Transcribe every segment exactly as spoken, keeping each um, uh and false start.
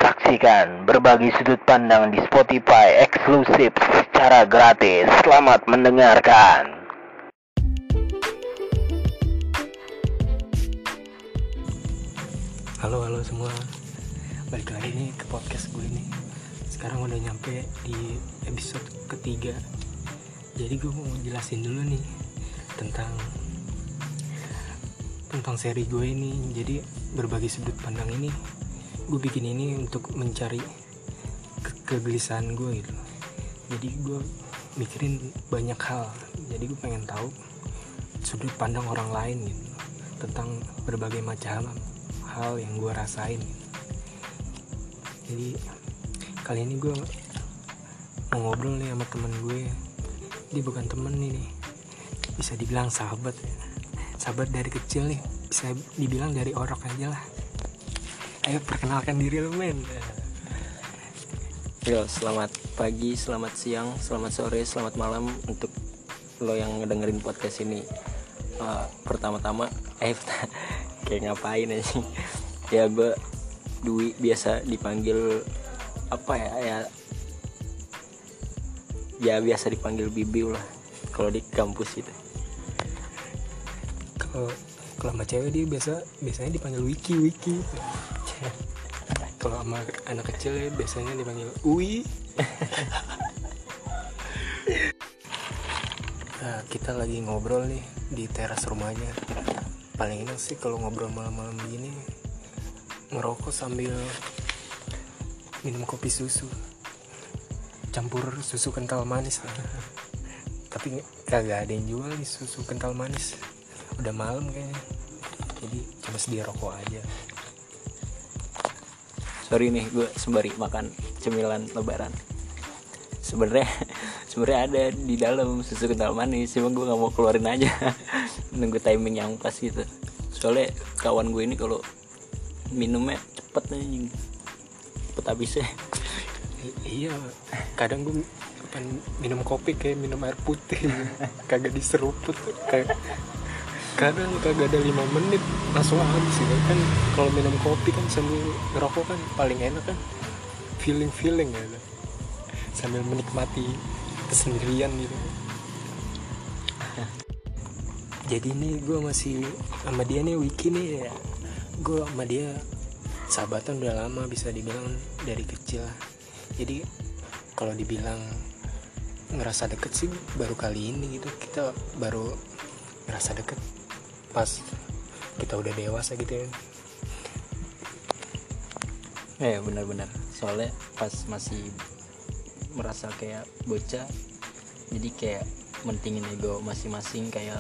Saksikan berbagai sudut pandang di Spotify eksklusif secara gratis. Selamat mendengarkan. Halo halo semua, balik lagi nih ke podcast gue nih. Sekarang udah nyampe di episode ketiga. Jadi gue mau jelasin dulu nih tentang tentang seri gue ini. Jadi berbagi sudut pandang ini gue bikin ini untuk mencari ke- kegelisahan gue gitu. Jadi gue mikirin banyak hal. Jadi gue pengen tahu sudut pandang orang lain gitu tentang berbagai macam hal yang gue rasain gitu. Jadi kali ini gue mau ngobrol nih sama temen gue. Dia bukan temen nih, bisa dibilang sahabat ya. Sahabat dari kecil nih, bisa dibilang dari orok aja lah. Ayo perkenalkan diri lu, men. Yo, selamat pagi, selamat siang, selamat sore, selamat malam untuk lo yang ngedengerin podcast ini. Uh, pertama-tama, eh kayak ngapain aja? Ya gue Dwi, biasa dipanggil apa ya? Ya, ya biasa dipanggil Bibiu lah kalau di kampus itu. Kalau kalau sama cewek dia biasa biasanya dipanggil Wiki Wiki. Kalau sama anak kecil ya biasanya dipanggil Uwi. Nah, kita lagi ngobrol nih di teras rumahnya. Paling enak sih kalau ngobrol malam-malam begini, ngerokok sambil minum kopi susu, campur susu kental manis. Tapi kagak ada yang jual nih susu kental manis. Udah malam kayaknya, jadi cuma sedia rokok aja. Sorry nih, gue sembari makan cemilan lebaran. Sebenarnya sebenarnya ada di dalam susu kental manis, cuma gue nggak mau keluarin aja. Nunggu timing yang pas gitu. Soalnya kawan gue ini kalau minumnya cepet nih, cepet habisnya. I- iya, kadang gue kan minum kopi kayak minum air putih, kagak diseruput, kayak kadang kagak ada lima menit langsung habis gitu kan. Kalau minum kopi kan sambil ngerokok kan paling enak kan, feeling feeling ya kan? Sambil menikmati kesendirian gitu. Jadi nih gue masih sama dia nih, Wiki nih ya. Gue sama dia sahabatan udah lama, bisa dibilang dari kecil. Jadi kalau dibilang ngerasa deket sih baru kali ini gitu. Kita baru ngerasa deket pas kita udah dewasa gitu ya. Eh benar-benar, soalnya pas masih merasa kayak bocah, jadi kayak mentingin ego masing-masing. Kayak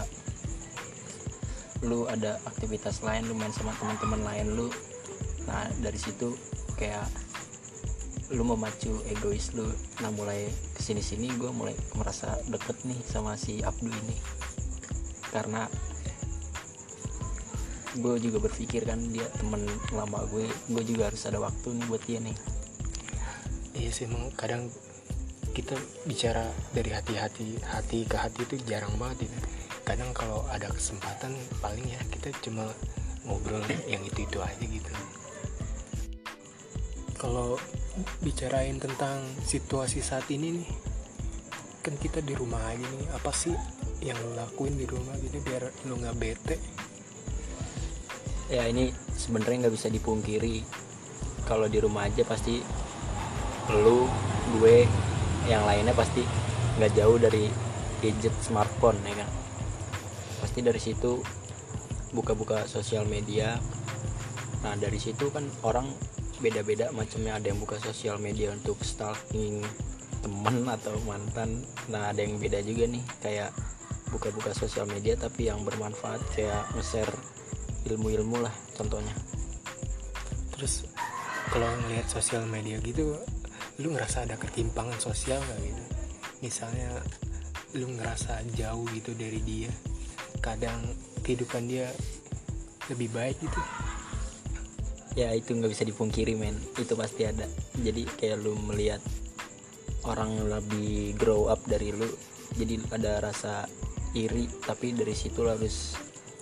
lu ada aktivitas lain, lu main sama teman-teman lain lu. Nah dari situ kayak lu memacu egois lu. Nah mulai kesini-sini gue mulai merasa deket nih sama si Abdu ini, karena gue juga berpikir kan dia teman lama gue, gue juga harus ada waktu nih buat dia nih. Iya sih, emang kadang kita bicara dari hati-hati, hati ke hati itu jarang banget gitu. Kadang kalau ada kesempatan paling ya kita cuma ngobrol yang itu-itu aja gitu. Kalau bicarain tentang situasi saat ini nih, kan kita di rumah aja nih, apa sih yang lo lakuin di rumah gitu biar lo nggak bete? Ya ini sebenarnya nggak bisa dipungkiri, kalau di rumah aja pasti lu, gue, yang lainnya pasti nggak jauh dari gadget smartphone ya kan. Pasti dari situ buka-buka sosial media. Nah dari situ kan orang beda-beda macamnya, ada yang buka sosial media untuk stalking temen atau mantan. Nah ada yang beda juga nih, kayak buka-buka sosial media tapi yang bermanfaat, kayak nge-share ilmu-ilmu lah contohnya. Terus kalau ngelihat sosial media gitu, lu ngerasa ada ketimpangan sosial nggak gitu? Misalnya lu ngerasa jauh gitu dari dia, kadang kehidupan dia lebih baik gitu. Ya itu nggak bisa dipungkiri men, itu pasti ada. Jadi kayak lu melihat orang lebih grow up dari lu, jadi ada rasa iri, tapi dari situ lu harus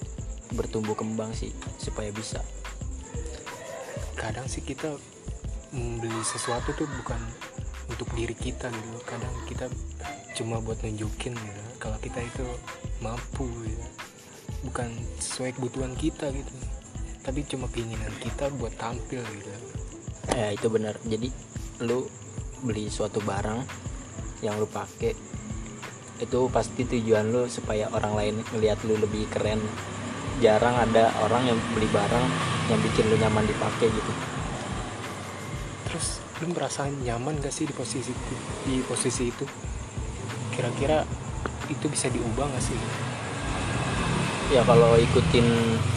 bertumbuh kembang sih supaya bisa. Kadang sih kita membeli sesuatu tuh bukan untuk diri kita gitu. Kadang kita cuma buat nunjukin gitu kalau kita itu mampu gitu. Bukan sesuai kebutuhan kita gitu, tapi cuma keinginan kita buat tampil gitu. Ya itu benar. Jadi lu beli suatu barang yang lu pakai itu pasti tujuan lu supaya orang lain ngelihat lu lebih keren. Jarang ada orang yang beli barang yang bikin lu nyaman dipakai gitu. Terus lu merasa nyaman gak sih di posisi itu? Di posisi itu kira-kira itu bisa diubah gak sih? Ya kalau ikutin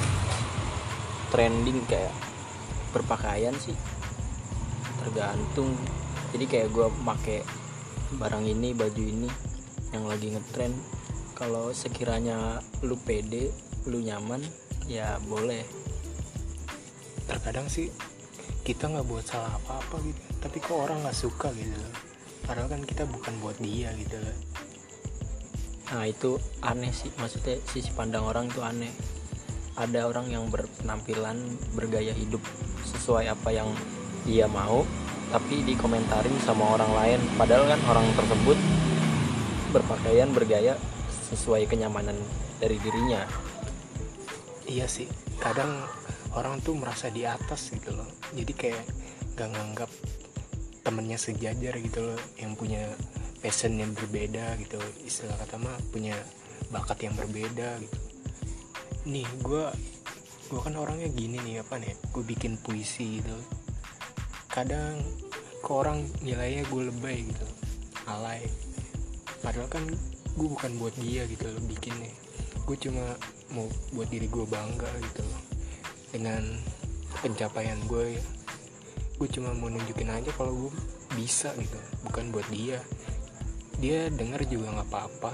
trending kayak berpakaian sih tergantung. Jadi kayak gue make barang ini, baju ini yang lagi ngetrend, kalau sekiranya lu pede, lu nyaman, ya boleh. Terkadang sih kita nggak buat salah apa-apa gitu, tapi kok orang nggak suka gitu loh. Padahal kan kita bukan buat dia gitu loh. Nah itu aneh sih, maksudnya sisi pandang orang itu aneh. Ada orang yang berpenampilan, bergaya hidup sesuai apa yang dia mau, tapi dikomentarin sama orang lain. Padahal kan orang tersebut berpakaian, bergaya sesuai kenyamanan dari dirinya. Iya sih, kadang orang tuh merasa di atas gitu loh. Jadi kayak gak nganggap temennya sejajar gitu loh, yang punya passion yang berbeda gitu. Istilah kata mah punya bakat yang berbeda gitu. Nih gue gue kan orangnya gini nih, apa nih, gue bikin puisi gitu. Kadang ke orang nilainya gue lebay gitu, alay. Padahal kan gue bukan buat dia gitu loh bikinnya. Gue cuma mau buat diri gue bangga gitu loh dengan pencapaian gue ya. Gue cuma mau nunjukin aja kalau gue bisa gitu, bukan buat dia. Dia denger juga nggak apa-apa.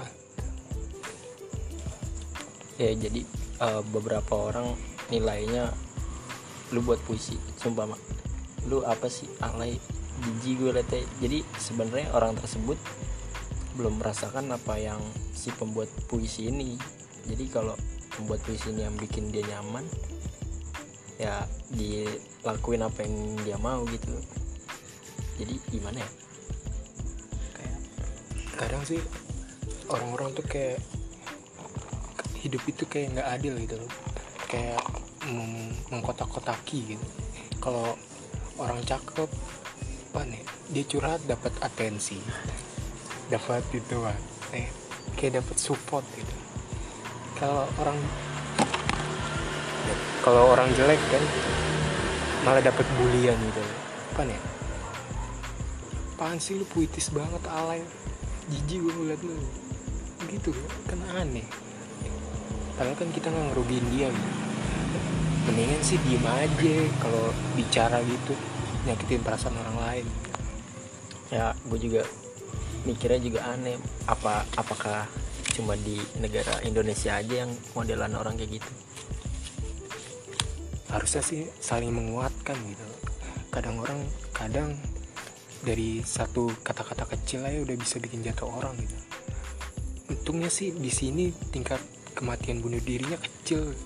Ya jadi uh, beberapa orang nilainya lu buat puisi, sumpah mak, lu apa sih, alay, jijik gue liatnya. Jadi sebenarnya orang tersebut belum merasakan apa yang si pembuat puisi ini. Jadi kalau pembuat puisi ini yang bikin dia nyaman, ya dilakuin apa yang dia mau gitu. Jadi gimana ya, Kayak kadang sih orang-orang tuh kayak hidup itu kayak nggak adil gitu loh, kayak mem- mengkotak-kotaki gitu. Kalau orang cakep, apa nih, dia curhat dapat atensi, dapat itu kan, eh, kayak dapat support gitu. Kalau orang kalau orang jelek kan malah dapat bulian gitu, apa nih? Apaan sih lu, puitis banget, alay, jijik gue ngeliat lu gitu kan, aneh. Padahal kan kita nggak ngerugiin dia gitu. Mendingan sih diem aja kalau bicara gitu, nyakitin perasaan orang lain. ya gue juga mikirnya juga aneh, apa apakah cuma di negara Indonesia aja yang modelan orang kayak gitu? Harusnya sih saling menguatkan gitu. Kadang orang kadang dari satu kata-kata kecil aja udah bisa bikin jatuh orang gitu. Untungnya sih di sini tingkat kematian bunuh dirinya kecil.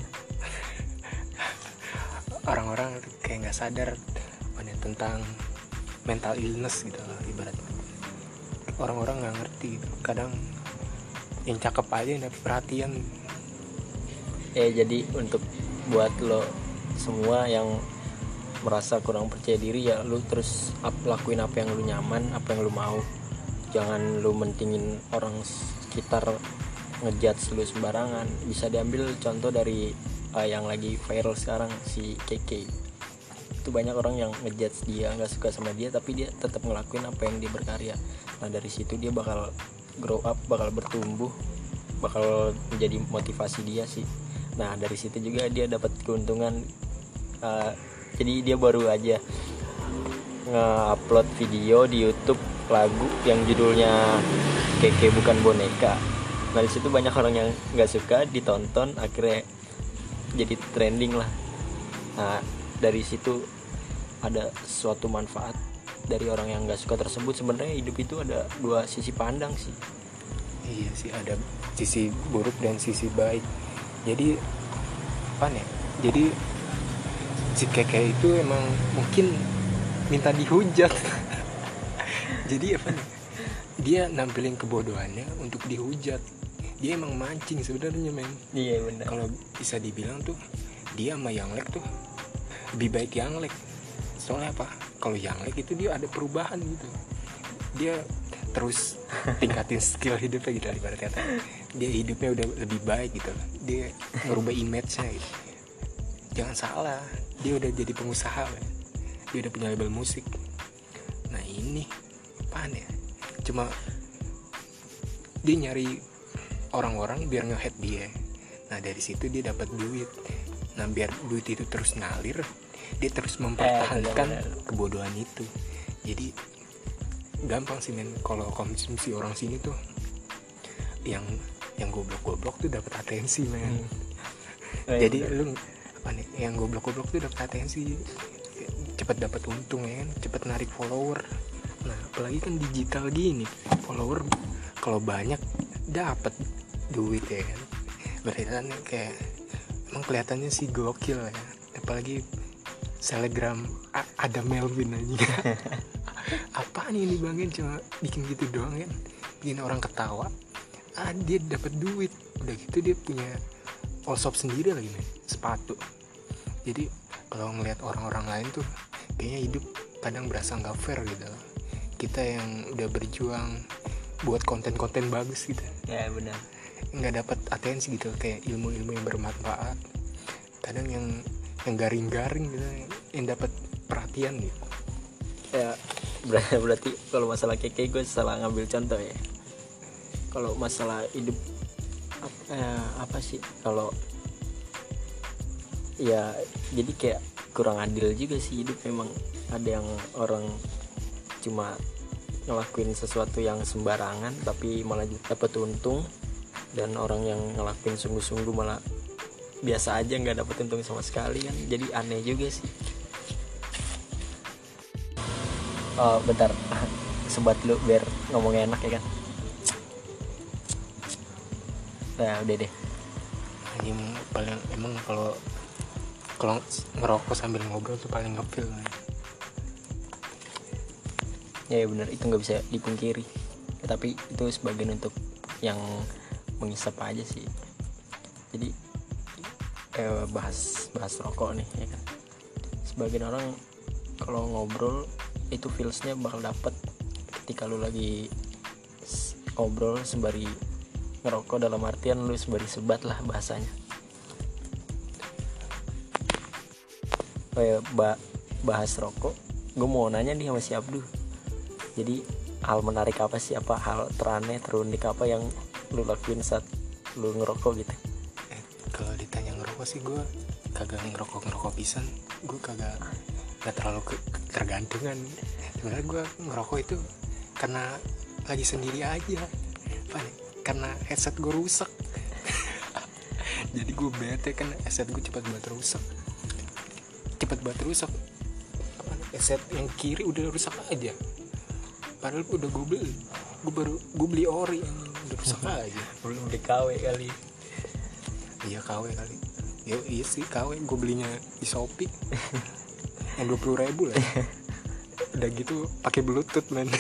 Orang-orang kayak nggak sadar mana tentang mental illness gitu lah ibaratnya. Orang-orang nggak ngerti gitu. Kadang yang cakep aja yang dapet perhatian. Ya jadi untuk buat lo semua yang merasa kurang percaya diri, ya lu terus up, lakuin apa yang lu nyaman, apa yang lu mau. Jangan lu mentingin orang sekitar ngejudge lu sembarangan. Bisa diambil contoh dari uh, yang lagi viral sekarang, si Keke. Itu banyak orang yang ngejudge dia, nggak suka sama dia, tapi dia tetap ngelakuin apa yang dia berkarya. Nah dari situ dia bakal grow up, bakal bertumbuh, bakal menjadi motivasi dia sih. Nah dari situ juga dia dapat keuntungan. Uh, jadi dia baru aja nge-upload video di YouTube lagu yang judulnya Keke Bukan Boneka. Nah di situ banyak orang yang nggak suka, ditonton, akhirnya jadi trending lah. Nah dari situ ada suatu manfaat dari orang yang nggak suka tersebut. Sebenarnya hidup itu ada dua sisi pandang sih. Iya sih, ada sisi buruk dan sisi baik. Jadi apa nih? Jadi si Keke itu emang mungkin minta dihujat. Jadi apa nih, dia nampilin kebodohannya untuk dihujat. Dia emang mancing sebenarnya, men. Iya benar. Kalau bisa dibilang tuh dia sama Yanglek tuh lebih baik Yanglek. Soalnya apa? Kalau Yanglek itu dia ada perubahan gitu. Dia terus tingkatin skill hidupnya gitu, ibarat kata. Dia hidupnya udah lebih baik gitu. Dia merubah image-nya gitu. Jangan salah, dia udah jadi pengusaha, men. Dia udah punya label musik. Nah ini apaan ya? Cuma dia nyari orang-orang biar nge-hate dia. Nah dari situ dia dapat duit. Nah biar duit itu terus ngalir, dia terus mempertahankan eh, kebodohan itu. Jadi gampang sih, men, kalau konsumsi orang sini tuh yang yang goblok-goblok tuh dapat atensi, men. Hmm. Oh, jadi bener. Lu apa nih? Yang goblok-goblok tuh dapat atensi, cepat dapat untung ya kan, cepat narik follower. Nah apalagi kan digital gini, follower kalau banyak dapat duit ya kan. Berarti kan kayak emang kelihatannya sih gokil ya. Apalagi Telegram A- ada Melvin aja. Apaan ini bangin, cuma bikin gitu doang kan, bikin orang ketawa. Ah dia dapat duit. Udah gitu dia punya all shop sendiri lagi, men, sepatu. Jadi kalau ngelihat orang-orang lain tuh kayaknya hidup kadang berasa nggak fair gitu. Kita yang udah berjuang buat konten-konten bagus gitu, ya benar, nggak dapat atensi gitu, kayak ilmu-ilmu yang bermanfaat. Kadang yang yang garing-garing gitu yang dapat perhatian gitu. Ya berarti, berarti kalau masalah keke gue salah ngambil contoh ya. Kalau masalah hidup apa, eh, apa sih kalau ya jadi kayak kurang adil juga sih hidup. Memang ada yang orang cuma ngelakuin sesuatu yang sembarangan tapi malah dapat untung, dan orang yang ngelakuin sungguh-sungguh malah biasa aja nggak dapat untung sama sekali kan. Jadi aneh juga sih. Oh bentar, sebat lu biar ngomongnya enak ya kan. Nah udah deh. Ini paling emang kalau kalau ngerokok sambil ngobrol tuh paling ngefeel. Ya, ya benar, itu nggak bisa dipungkiri. Ya, tapi itu sebagian untuk yang menghisap aja sih. Jadi eh, bahas bahas rokok nih ya kan. Sebagian orang kalau ngobrol itu feelsnya bakal dapet ketika lu lagi ngobrol sembari ngerokok, dalam artian lu sembari sebat lah bahasanya. Oh ya, bah- bahas rokok, gue mau nanya nih sama si Abdu. Jadi hal menarik apa sih, apa hal teraneh terunik apa yang lu lakuin saat lu ngerokok gitu? Eh, kalau ditanya ngerokok sih gue kagak ngerokok ngerokok pisan, gue kagak nggak terlalu ke- ketergantungan. Sebenarnya gue ngerokok itu karena lagi sendiri aja, apa nih? Karena headset gue rusak. Jadi gue bete kan, headset gue cepat banget rusak, cepat banget rusak. Apa nih? Headset yang kiri udah rusak aja. Padahal gue udah gue beli, gue baru gue beli ori, udah rusak aja. Belum di K W kali. Iya K W kali. Ya iya sih K W, gue belinya di Shopee. Yang dua puluh ribu lah. Udah gitu pakai bluetooth, men.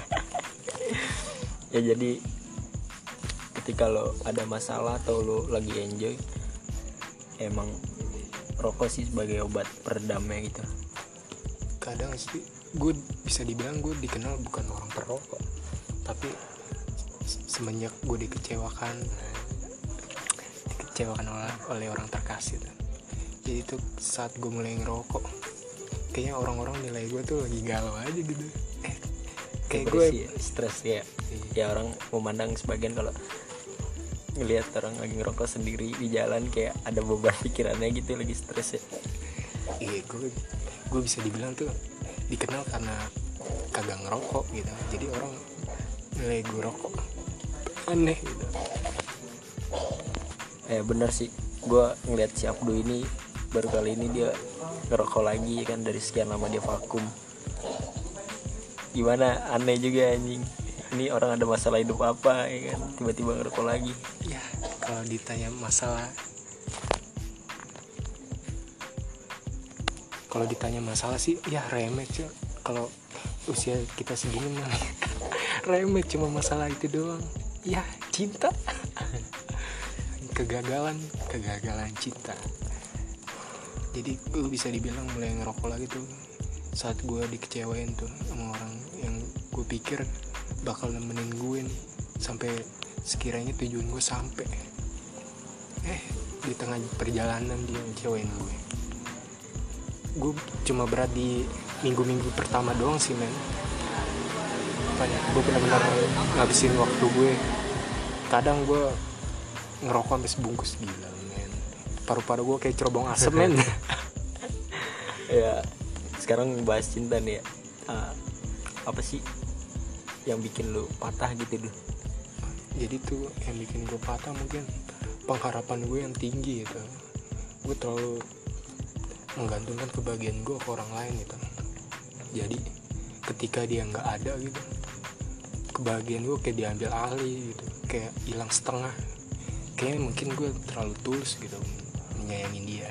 Ya jadi ketika lo ada masalah atau lo lagi enjoy, emang rokok sih sebagai obat peredamnya gitu. Kadang sih gue bisa dibilang gue dikenal bukan orang perokok, tapi semenjak gue dikecewakan dikecewakan oleh, oleh orang terkasih tuh. Jadi tuh saat gue mulai ngerokok, kayaknya orang-orang nilai gue tuh lagi galau aja gitu. Eh, kayak gue ya, stres ya. Ya orang memandang sebagian kalau ngelihat orang lagi ngerokok sendiri di jalan kayak ada beban pikirannya gitu, lagi stres ya. Iya, gue gue bisa dibilang tuh dikenal karena kagak ngerokok gitu. Jadi orang nilai gue rokok aneh gitu. Eh bener sih, gue ngeliat si Abdu ini baru kali ini dia ngerokok lagi kan, dari sekian lama dia vakum. Gimana, aneh juga anjing. Ini orang ada masalah hidup apa ya kan, tiba-tiba ngerokok lagi. Ya kalau ditanya masalah Kalau ditanya masalah sih ya remeh cuy. Kalau usia kita segini mah remeh, cuma masalah itu doang. Ya cinta. Kegagalan, kegagalan cinta. Jadi gue bisa dibilang mulai ngerokok lagi tuh saat gue dikecewain tuh sama orang yang gue pikir bakal nemenin gue nih sampai sekiranya tujuan gue sampai. Eh di tengah perjalanan dia ngecewain gue. Gue cuma berat di minggu-minggu pertama doang sih men. Apanya? Gue benar-benar ngabisin waktu gue. Kadang gue ngerokok sampai sebungkus, gila men. Paru-paru gue kayak cerobong asem men. Ya sekarang bahas cinta nih ya. Uh, apa sih yang bikin lu patah gitu dulu? Jadi tuh yang bikin gue patah mungkin pengharapan gue yang tinggi gitu. Gue terlalu menggantungkan kebahagiaan gue ke orang lain gitu. Jadi ketika dia nggak ada gitu, kebahagiaan gue kayak diambil alih gitu, kayak hilang setengah. Kayaknya mungkin gue terlalu tulus gitu menyayangi dia.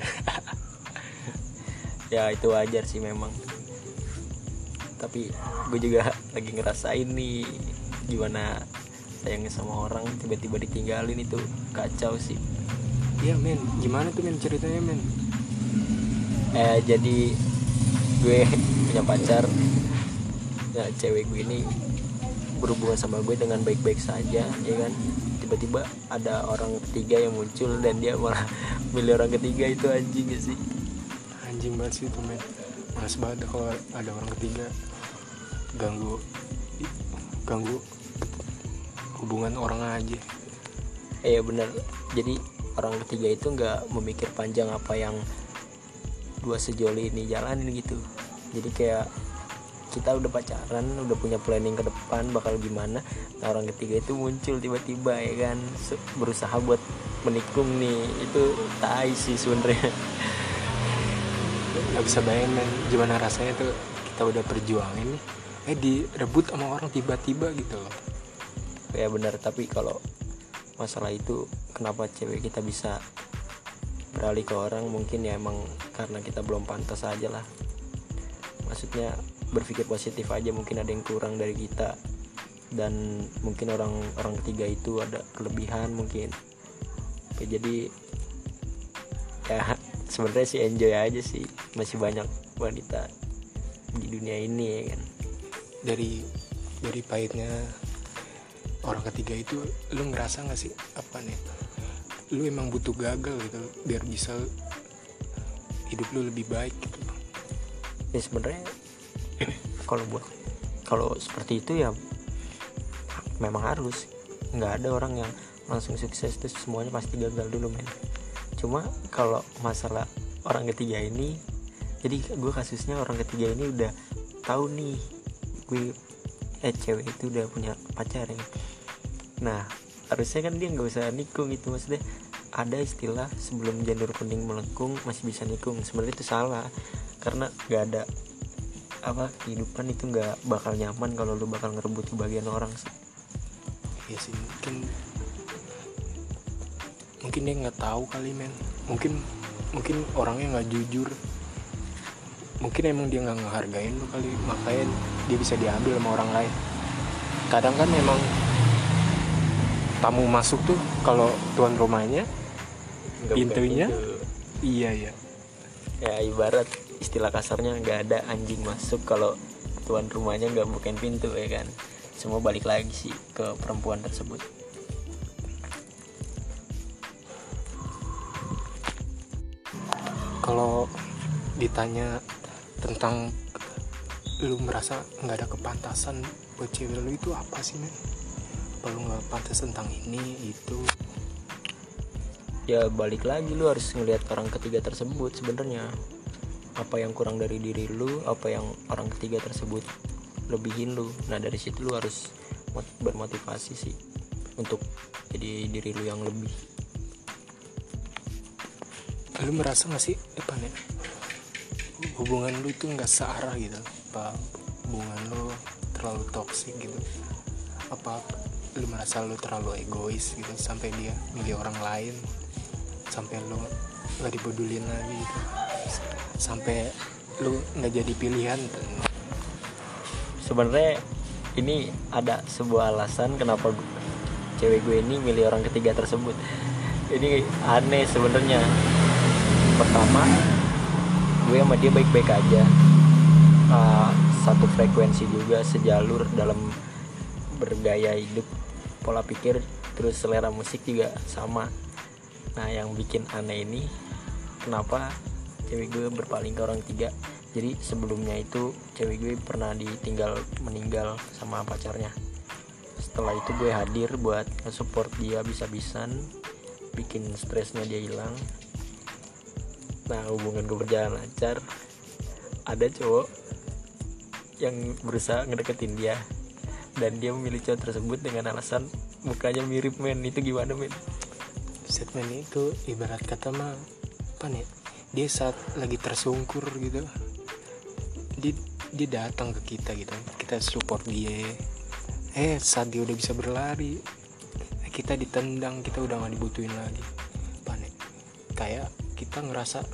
Ya itu wajar sih memang. Tapi gue juga lagi ngerasain nih gimana sayangnya sama orang tiba-tiba ditinggalin, itu kacau sih. Iya men, gimana tuh men ceritanya men? Eh jadi gue punya pacar, ya cewek gue ini berhubungan sama gue dengan baik-baik saja, ya kan. Tiba-tiba ada orang ketiga yang muncul dan dia malah milih orang ketiga. Itu anjing gak sih? Anjing banget sih itu men. Males banget kalau ada orang ketiga ganggu ganggu hubungan orang aja. Iya benar. Jadi orang ketiga itu nggak memikir panjang apa yang dua sejoli ini jalanin gitu. Jadi kayak kita udah pacaran, udah punya planning ke depan bakal gimana, nah orang ketiga itu muncul tiba-tiba ya kan, berusaha buat menikung nih. Itu tai sih sebenarnya. Gak bisa bayangin gimana rasanya tuh kita udah perjuangin nih, eh direbut sama orang tiba-tiba gitu loh. Ya benar, tapi kalau masalah itu kenapa cewek kita bisa beralih ke orang, mungkin ya emang karena kita belum pantas aja lah. Maksudnya berpikir positif aja, mungkin ada yang kurang dari kita dan mungkin orang orang ketiga itu ada kelebihan mungkin. Oke, jadi ya sebenarnya sih enjoy aja sih, masih banyak wanita di dunia ini ya kan. Dari dari pahitnya orang ketiga itu, lu ngerasa nggak sih apa nih? Lu emang butuh gagal gitu biar bisa hidup lu lebih baik gitu. Ya sebenarnya kalau buat kalau seperti itu ya memang harus. Nggak ada orang yang langsung sukses terus semuanya pasti gagal dulu men. Cuma kalau masalah orang ketiga ini, jadi gue kasusnya orang ketiga ini udah tahu nih gue eh cewek itu udah punya pacar ya. Nah harusnya kan dia nggak usah nikung gitu, maksudnya ada istilah sebelum janur kuning melengkung masih bisa nikung. Sebenarnya itu salah, karena nggak ada apa kehidupan itu nggak bakal nyaman kalau lu bakal ngerebut kebahagiaan orang sih. Ya sih mungkin mungkin dia nggak tahu kali men. Mungkin mungkin orangnya nggak jujur. Mungkin emang dia nggak ngehargain lu kali, makanya dia bisa diambil sama orang lain. Kadang kan memang tamu masuk tuh kalau tuan rumahnya Nggak pintunya pintu. Iya ya. Ya ibarat istilah kasarnya nggak ada anjing masuk kalau tuan rumahnya nggak bukain pintu ya kan. Semua balik lagi sih ke perempuan tersebut. Kalau ditanya tentang lu merasa nggak ada kepantasan buat cewek lu, itu apa sih men? Apa lu nggak pantas tentang ini itu? Ya balik lagi, lu harus ngelihat orang ketiga tersebut sebenarnya apa yang kurang dari diri lu, apa yang orang ketiga tersebut lebihin lu. Nah dari situ lu harus bermotivasi sih untuk jadi diri lu yang lebih. Lu merasa gak sih apa nih, hubungan lu itu nggak searah gitu? Apa hubungan lu terlalu toksik gitu? Apa lu merasa lu terlalu egois gitu sampai dia milih orang lain, sampai lu nggak dipedulin lagi gitu, sampai lu nggak jadi pilihan. Sebenarnya ini ada sebuah alasan kenapa gue, cewek gue ini milih orang ketiga tersebut. Ini aneh sebenarnya. Pertama, gue sama dia baik-baik aja, uh, satu frekuensi juga, sejalur dalam bergaya hidup, pola pikir, terus selera musik juga sama. Nah yang bikin aneh ini kenapa cewek gue berpaling ke orang ketiga. Jadi sebelumnya itu cewek gue pernah ditinggal meninggal sama pacarnya. Setelah itu gue hadir buat nge-support dia bisa-bisan, bikin stresnya dia hilang. Nah hubungan gue berjalan lancar. Ada cowok yang berusaha ngedeketin dia, dan dia memilih cowok tersebut dengan alasan mukanya mirip. Men, itu gimana men? Statement itu ibarat kata mah apa nih, dia saat lagi tersungkur gitu, dia, dia datang ke kita gitu, kita support dia. Eh saat dia udah bisa berlari, kita ditendang, kita udah gak dibutuhin lagi. Panik, kayak kita ngerasa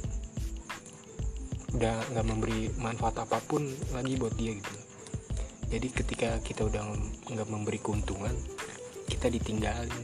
udah gak memberi manfaat apapun lagi buat dia gitu. Jadi ketika kita udah gak memberi keuntungan, kita ditinggalin.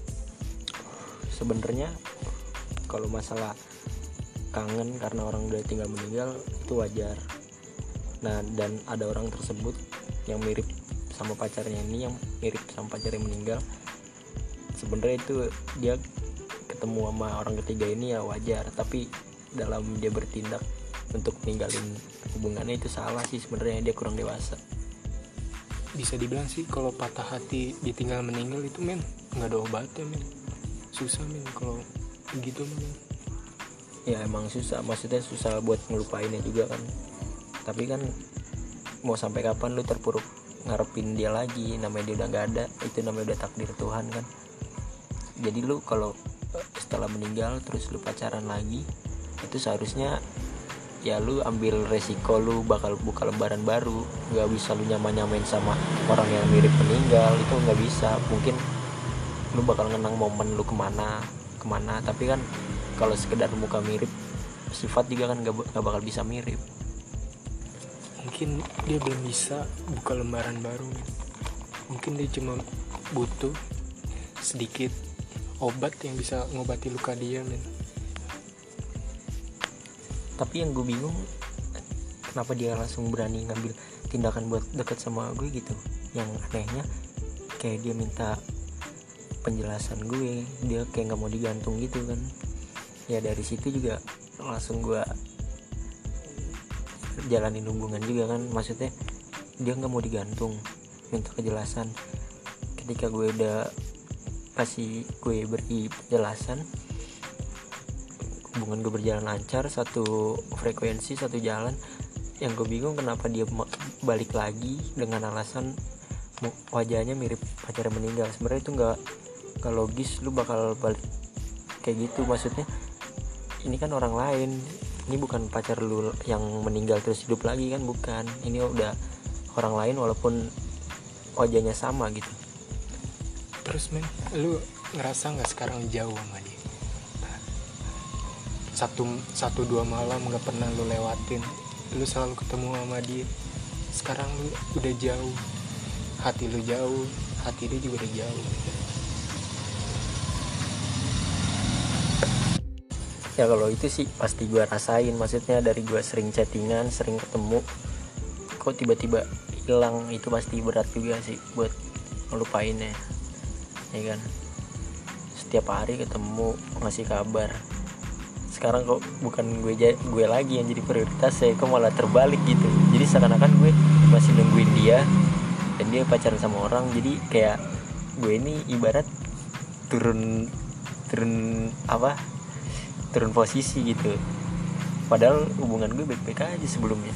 Sebenarnya kalau masalah kangen karena orang udah tinggal meninggal itu wajar. Nah dan ada orang tersebut yang mirip sama pacarnya ini, yang mirip sama pacarnya meninggal. Sebenarnya itu dia ketemu sama orang ketiga ini ya wajar, tapi dalam dia bertindak untuk ninggalin hubungannya itu salah sih sebenarnya. Dia kurang dewasa. Bisa dibilang sih kalau patah hati ditinggal meninggal itu men nggak ada obatnya men, susah men kalau gitu men. Ya emang susah, maksudnya susah buat ngelupainnya juga kan. Tapi kan mau sampai kapan lu terpuruk ngarepin dia lagi, namanya dia udah nggak ada, itu namanya udah takdir Tuhan kan. Jadi lu kalau setelah meninggal terus lu pacaran lagi, itu seharusnya ya lu ambil resiko, lu bakal buka lembaran baru. Nggak bisa lu nyamain-nyamain sama orang yang mirip meninggal, itu nggak bisa. Mungkin lu bakal ngenang momen lu kemana kemana, tapi kan kalau sekedar muka mirip, sifat juga kan nggak nggak bakal bisa mirip. Mungkin dia belum bisa buka lembaran baru men. Mungkin dia cuma butuh sedikit obat yang bisa ngobati luka dia men. Tapi yang gue bingung, kenapa dia langsung berani ngambil tindakan buat deket sama gue gitu. Yang anehnya kayak dia minta penjelasan gue, dia kayak nggak mau digantung gitu kan. Ya dari situ juga langsung gue jalanin hubungan juga kan. Maksudnya dia nggak mau digantung, minta kejelasan. Ketika gue udah kasih, gue beri penjelasan, hubungan gue berjalan lancar, satu frekuensi, satu jalan. Yang gue bingung kenapa dia balik lagi dengan alasan wajahnya mirip pacarnya meninggal. Sebenarnya itu nggak nggak logis lu bakal balik kayak gitu. Maksudnya ini kan orang lain, ini bukan pacar lu yang meninggal terus hidup lagi kan, bukan. Ini udah orang lain walaupun wajahnya sama gitu. Terus men, lu ngerasa nggak sekarang jauh sama dia? Satu satu dua malam nggak pernah lu lewatin, lu selalu ketemu sama dia. Sekarang lu udah jauh, hati lu jauh, hati dia juga udah jauh. Ya kalau itu sih pasti gue rasain. Maksudnya dari gue sering chattingan, sering ketemu, kok tiba-tiba hilang, itu pasti berat juga sih buat ngelupainnya, ya kan. Setiap hari ketemu, ngasih kabar. Sekarang kok bukan gue gue lagi yang jadi prioritas, ya kok malah terbalik gitu. Jadi seakan-akan gue masih nungguin dia dan dia pacaran sama orang. Jadi kayak gue ini ibarat turun turun apa turun posisi gitu, padahal hubungan gue baik-baik aja sebelumnya.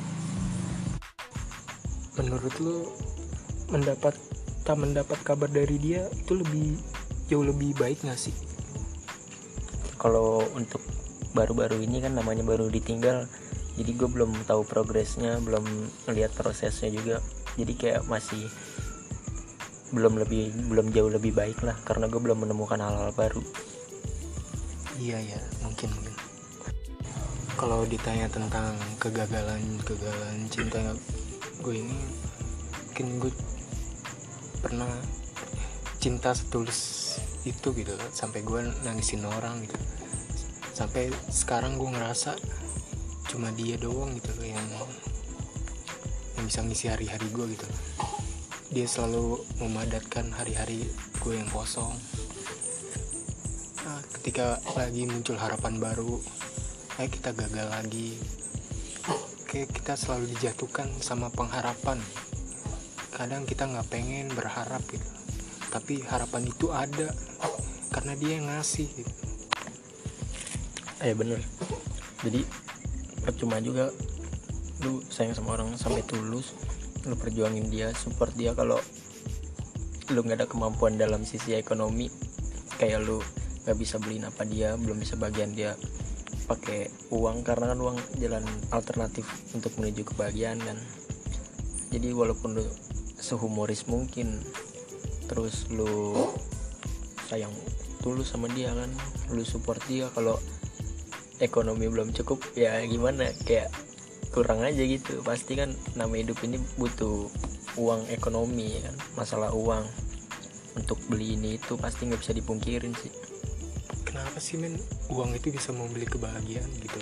Menurut lu mendapat tak mendapat kabar dari dia itu lebih jauh lebih baik nggak sih? Kalau untuk baru-baru ini kan namanya baru ditinggal, jadi gue belum tahu progresnya, belum melihat prosesnya juga. Jadi kayak masih belum lebih belum jauh lebih baik lah, karena gue belum menemukan hal-hal baru. Iya ya, mungkin mungkin. kalau ditanya tentang kegagalan kegagalan cinta gue ini, mungkin gue pernah cinta setulus itu gitu, sampai gue nangisin orang gitu, sampai sekarang gue ngerasa cuma dia doang gitu yang yang bisa ngisi hari-hari gue gitu. Dia selalu memadatkan hari-hari gue yang kosong. Nah, ketika lagi muncul harapan baru, kayak kita gagal lagi, kayak kita selalu dijatuhkan sama pengharapan. Kadang kita nggak pengen berharap gitu, tapi harapan itu ada karena dia yang ngasih gitu. Eh bener, jadi percuma juga lu sayang sama orang sampai tulus, lu perjuangin dia, support dia, kalau lu nggak ada kemampuan dalam sisi ekonomi, kayak lu nggak bisa beliin apa dia, belum bisa bagian dia pakai uang, karena kan uang jalan alternatif untuk menuju kebahagiaan kan. Jadi walaupun lu sehumoris mungkin, terus lu sayang tulus sama dia kan, lu support dia, kalau ekonomi belum cukup ya gimana, kayak kurang aja gitu. Pasti kan nama hidup ini butuh uang, ekonomi kan, masalah uang untuk beli ini itu pasti nggak bisa dipungkirin sih. Kenapa sih men uang itu bisa membeli kebahagiaan gitu?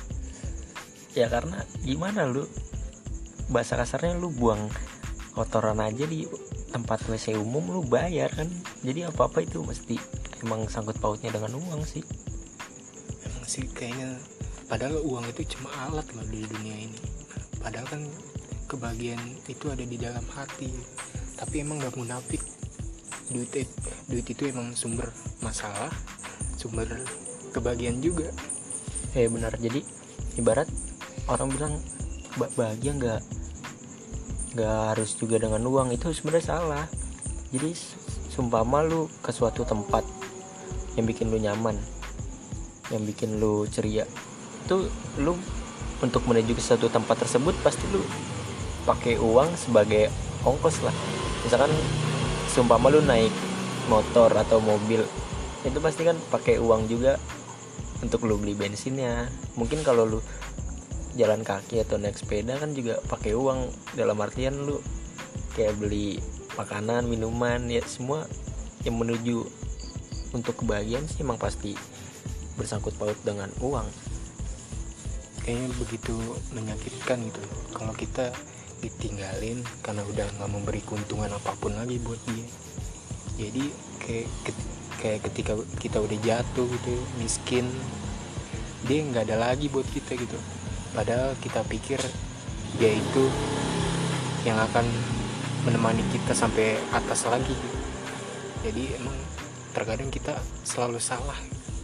Ya karena gimana, lu bahasa kasarnya lu buang kotoran aja di tempat W C umum lu bayar kan. Jadi apa-apa itu mesti emang sangkut pautnya dengan uang sih. Emang sih kayaknya, padahal uang itu cuma alat loh di dunia ini. Padahal kan kebahagiaan itu ada di dalam hati. Tapi emang gak munafik, duit, duit itu emang sumber masalah, sumber kebahagiaan juga. Eh benar, jadi ibarat orang bilang bahagia nggak nggak harus juga dengan uang, itu sebenarnya salah. Jadi sumpama lu ke suatu tempat yang bikin lu nyaman, yang bikin lu ceria, itu lu untuk menuju ke suatu tempat tersebut pasti lu pakai uang sebagai ongkos lah. Misalkan sumpama lu naik motor atau mobil, itu pasti kan pakai uang juga untuk lu beli bensinnya. Mungkin kalau lu jalan kaki atau naik sepeda kan juga pakai uang, dalam artian lu kayak beli makanan, minuman, ya semua yang menuju untuk kebahagiaan sih emang pasti bersangkut paut dengan uang. Kayaknya begitu menyakitkan gitu kalau kita ditinggalin karena udah nggak memberi keuntungan apapun lagi buat dia. Jadi kayak kayak ketika kita udah jatuh gitu, miskin, dia nggak ada lagi buat kita gitu. Padahal kita pikir dia itu yang akan menemani kita sampai atas lagi gitu. Jadi emang terkadang kita selalu salah.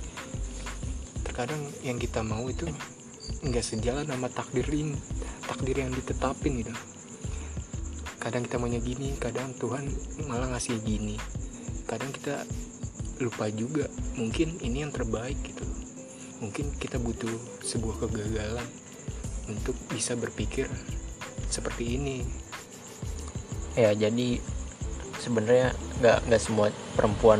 Terkadang yang kita mau itu nggak sejalan sama takdir ini, takdir yang ditetapin gitu. Kadang kita maunya gini, kadang Tuhan malah ngasih gini. Kadang kita lupa juga, mungkin ini yang terbaik gitu. Mungkin kita butuh sebuah kegagalan untuk bisa berpikir seperti ini. Ya jadi sebenarnya nggak nggak semua perempuan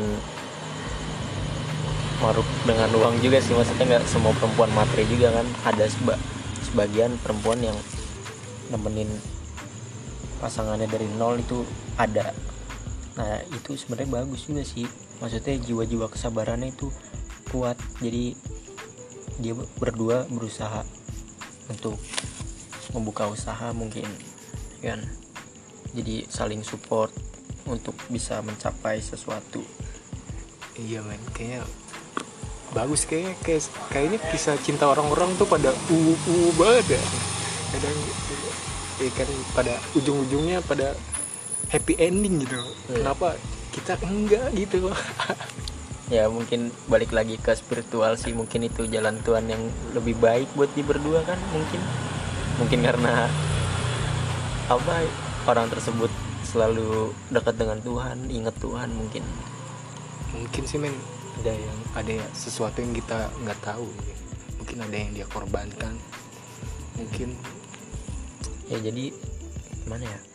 maruk dengan uang juga sih, maksudnya nggak semua perempuan materi juga kan. Ada seba, sebagian perempuan yang nemenin pasangannya dari nol itu ada. Nah itu sebenarnya bagus juga sih, maksudnya jiwa-jiwa kesabarannya itu kuat. Jadi dia berdua berusaha untuk membuka usaha mungkin kan, jadi saling support untuk bisa mencapai sesuatu. Iya men, kayaknya bagus, kayaknya kayak kayak ini kisah cinta orang-orang tuh pada uu banget ya. Kadang ya kan pada ujung-ujungnya pada happy ending gitu. Hmm. Kenapa kita enggak gitu? Ya mungkin balik lagi ke spiritual sih, mungkin itu jalan Tuhan yang lebih baik buat di berdua kan. Mungkin mungkin karena apa, orang tersebut selalu dekat dengan Tuhan, ingat Tuhan mungkin. Mungkin sih men, ada yang ada ya sesuatu yang kita nggak tahu mungkin. Mungkin ada yang dia korbankan. Mungkin ya jadi gimana ya?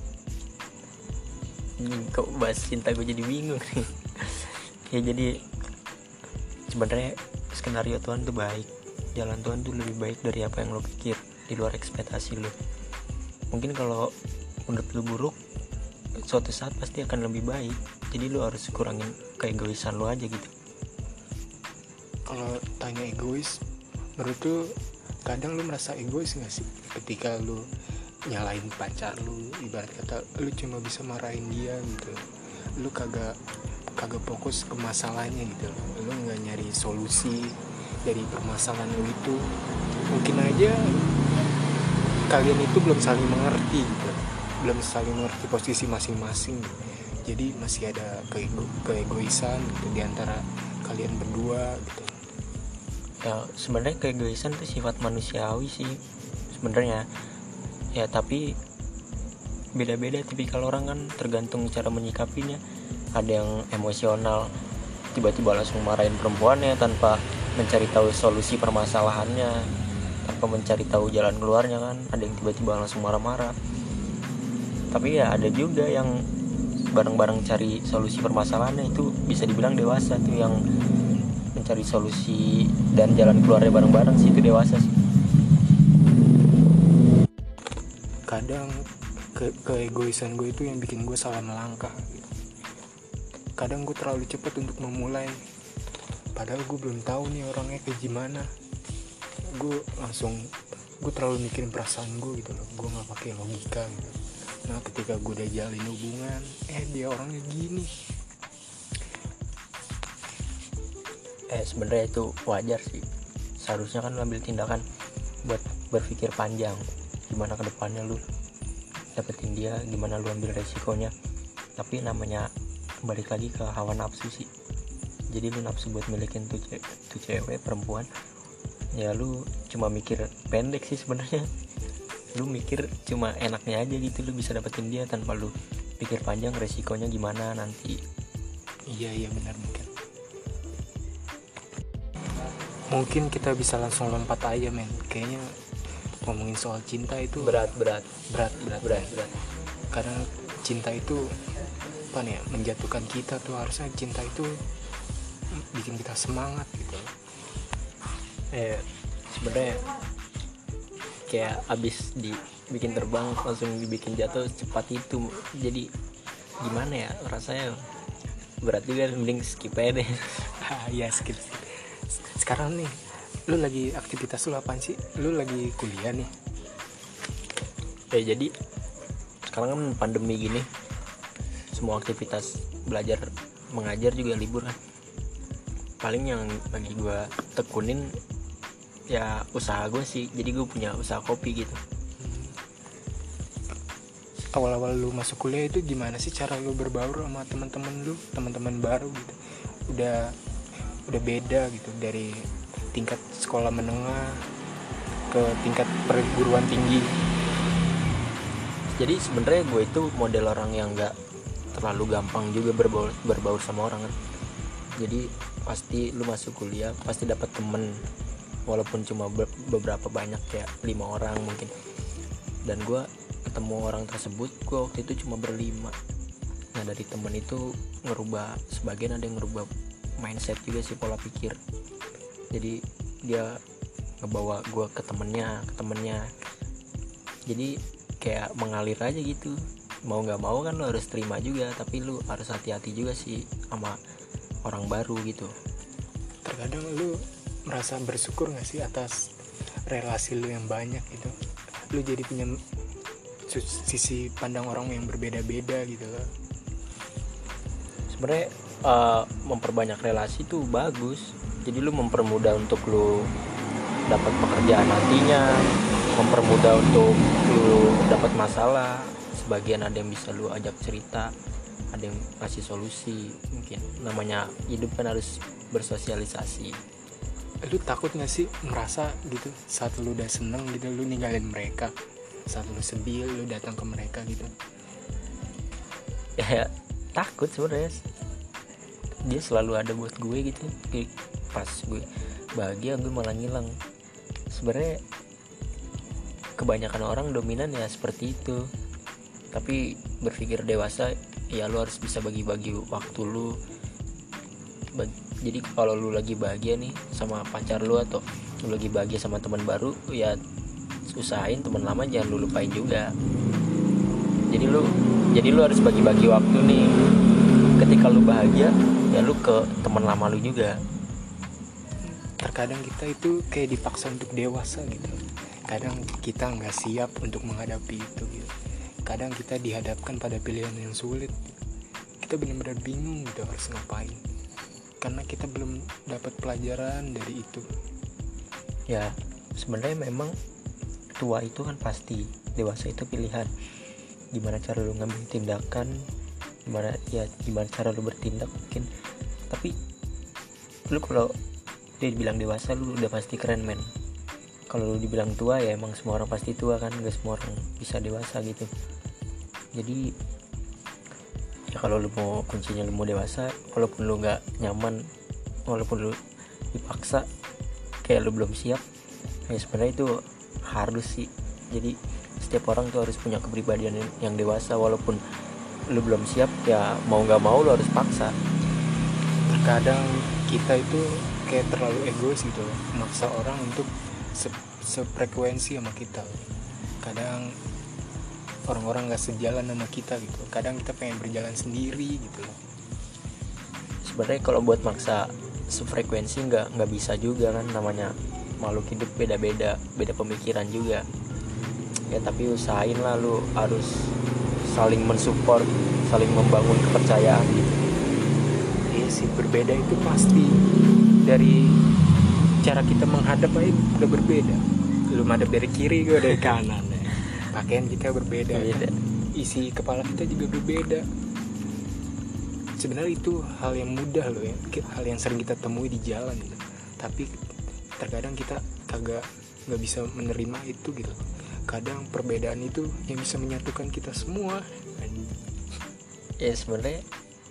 Ini kok bahas cinta gue jadi bingung nih. Ya jadi sebenarnya skenario Tuhan tuh baik, jalan Tuhan tuh lebih baik dari apa yang lo pikir, di luar ekspektasi lo. Mungkin kalau menurut lo buruk, suatu saat pasti akan lebih baik. Jadi lo harus kurangin keegoisan lo aja gitu. Kalau tanya egois, menurut lu kadang lu merasa egois gak sih ketika lu nyalain pacar lu, ibarat kata lu cuma bisa marahin dia gitu, lu kagak kagak fokus ke masalahnya gitu, lu nggak nyari solusi dari permasalahan lu itu. Mungkin aja kalian itu belum saling mengerti gitu, belum saling mengerti posisi masing-masing gitu. Jadi masih ada keego- keegoisan gitu di antara kalian berdua gitu. Ya sebenarnya keegoisan itu sifat manusiawi sih sebenarnya ya, tapi beda-beda tipikal orang kan, tergantung cara menyikapinya. Ada yang emosional, tiba-tiba langsung marahin perempuannya tanpa mencari tahu solusi permasalahannya, tanpa mencari tahu jalan keluarnya kan. Ada yang tiba-tiba langsung marah-marah. Tapi ya ada juga yang bareng-bareng cari solusi permasalahannya, itu bisa dibilang dewasa tuh, yang mencari solusi dan jalan keluarnya bareng-bareng sih, itu dewasa sih. Kadang ke keegoisan gue itu yang bikin gue salah melangkah gitu. Kadang gue terlalu cepat untuk memulai, padahal gue belum tahu nih orangnya kayak gimana. Gue langsung gue terlalu mikirin perasaan gue gitu loh, gue nggak pakai logika gitu. Nah ketika gue udah jalin hubungan, eh dia orangnya gini. Eh sebenarnya itu wajar sih, seharusnya kan ambil tindakan buat berpikir panjang, gimana ke depannya lu dapetin dia, gimana lu ambil resikonya. Tapi namanya balik lagi ke hawa nafsu sih. Jadi lu nafsu buat milikin tuh, ce- tuh cewek perempuan, ya lu cuma mikir pendek sih sebenarnya. Lu mikir cuma enaknya aja gitu, lu bisa dapetin dia tanpa lu pikir panjang resikonya gimana nanti. Iya iya benar mungkin. Mungkin kita bisa langsung lompat aja men. Kayaknya ngomongin soal cinta itu berat berat berat berat berat berat Karena cinta itu apa nih ya, menjatuhkan kita tuh. Harusnya cinta itu bikin kita semangat gitu. eh sebenarnya kayak abis dibikin terbang langsung dibikin jatuh cepat itu, jadi gimana ya rasanya, berat juga, mending skip aja deh. Ah ya skip, skip. Sekarang nih lu lagi aktivitas lu apaan sih? Lu lagi kuliah nih? Ya jadi sekarang kan pandemi gini, semua aktivitas belajar mengajar juga libur kan. Paling yang lagi gue tekunin ya usaha gue sih, jadi gue punya usaha kopi gitu. Awal-awal lu masuk kuliah itu gimana sih cara lu berbaur sama teman-teman lu, teman-teman baru gitu? Udah udah beda gitu dari tingkat sekolah menengah ke tingkat perguruan tinggi. Jadi sebenarnya gue itu model orang yang nggak terlalu gampang juga berbaur, berbaur sama orang kan. Jadi pasti lu masuk kuliah pasti dapat temen, walaupun cuma be- beberapa banyak, kayak lima orang mungkin. Dan gue ketemu orang tersebut, gue waktu itu cuma berlima. Nah dari temen itu ngerubah, sebagian ada yang ngerubah mindset juga sih, pola pikir. Jadi dia ngebawa gue ke temennya, ke temennya. Jadi kayak mengalir aja gitu. Mau nggak mau kan lo harus terima juga, tapi lo harus hati-hati juga sih sama orang baru gitu. Terkadang lu merasa bersyukur nggak sih atas relasi lu yang banyak gitu? Lu jadi punya sisi pandang orang yang berbeda-beda gitu loh. Sebenarnya uh, memperbanyak relasi tuh bagus. Jadi lu mempermudah untuk lu dapat pekerjaan nantinya, mempermudah untuk lu dapat masalah. Sebagian ada yang bisa lu ajak cerita, ada yang kasih solusi. Mungkin namanya hidup kan harus bersosialisasi. Lu takut gak sih merasa gitu saat lu udah seneng gitu lu ninggalin mereka, saat lu sedih lu datang ke mereka gitu? Ya takut sebenarnya. Dia selalu ada buat gue gitu. Pas gue bahagia gue malah ngilang. Sebenarnya kebanyakan orang dominan ya seperti itu. Tapi berpikir dewasa ya lu harus bisa bagi-bagi waktu lu. Bagi, jadi kalau lu lagi bahagia nih sama pacar lu atau lu lagi bahagia sama teman baru, ya usahain teman lama jangan lu lupain juga. Jadi lu jadi lu harus bagi-bagi waktu nih. Ketika lu bahagia, ya lu ke teman lama lu juga. Terkadang kita itu kayak dipaksa untuk dewasa gitu. Kadang kita nggak siap untuk menghadapi itu gitu. Kadang kita dihadapkan pada pilihan yang sulit. Kita benar-benar bingung gitu harus ngapain. Karena kita belum dapat pelajaran dari itu. Ya sebenarnya memang tua itu kan pasti, dewasa itu pilihan. Gimana cara lu ngambil tindakan, gimana ya gimana cara lu bertindak mungkin. Tapi lu kalau dia dibilang dewasa, lu udah pasti keren men. Kalau lu dibilang tua, ya emang semua orang pasti tua kan, gak semua orang bisa dewasa gitu. Jadi ya kalau lu mau kuncinya lu mau dewasa, walaupun lu nggak nyaman, walaupun lu dipaksa kayak lu belum siap, ya sebenarnya itu harus sih. Jadi setiap orang tuh harus punya kepribadian yang dewasa. Walaupun lu belum siap, ya mau nggak mau lu harus paksa. Terkadang kita itu kayak terlalu egois gitu, maksa orang untuk se- sefrekuensi sama kita. Kadang orang-orang nggak sejalan sama kita gitu. Kadang kita pengen berjalan sendiri gitu. Sebenarnya kalau buat maksa sefrekuensi nggak nggak bisa juga kan, namanya makhluk hidup beda-beda, beda pemikiran juga. Ya tapi usahain lah, lu harus saling mensupport, saling membangun kepercayaan gitu. Iya sih, berbeda itu pasti. Dari cara kita menghadap aja udah berbeda. Lu menghadap dari kiri, gue dari kanan ya. Pakaian kita berbeda, Beda. isi kepala kita juga berbeda. Sebenarnya itu hal yang mudah loh ya, hal yang sering kita temui di jalan gitu. Tapi terkadang kita kagak nggak bisa menerima itu gitu. Kadang perbedaan itu yang bisa menyatukan kita semua. Ya sebenarnya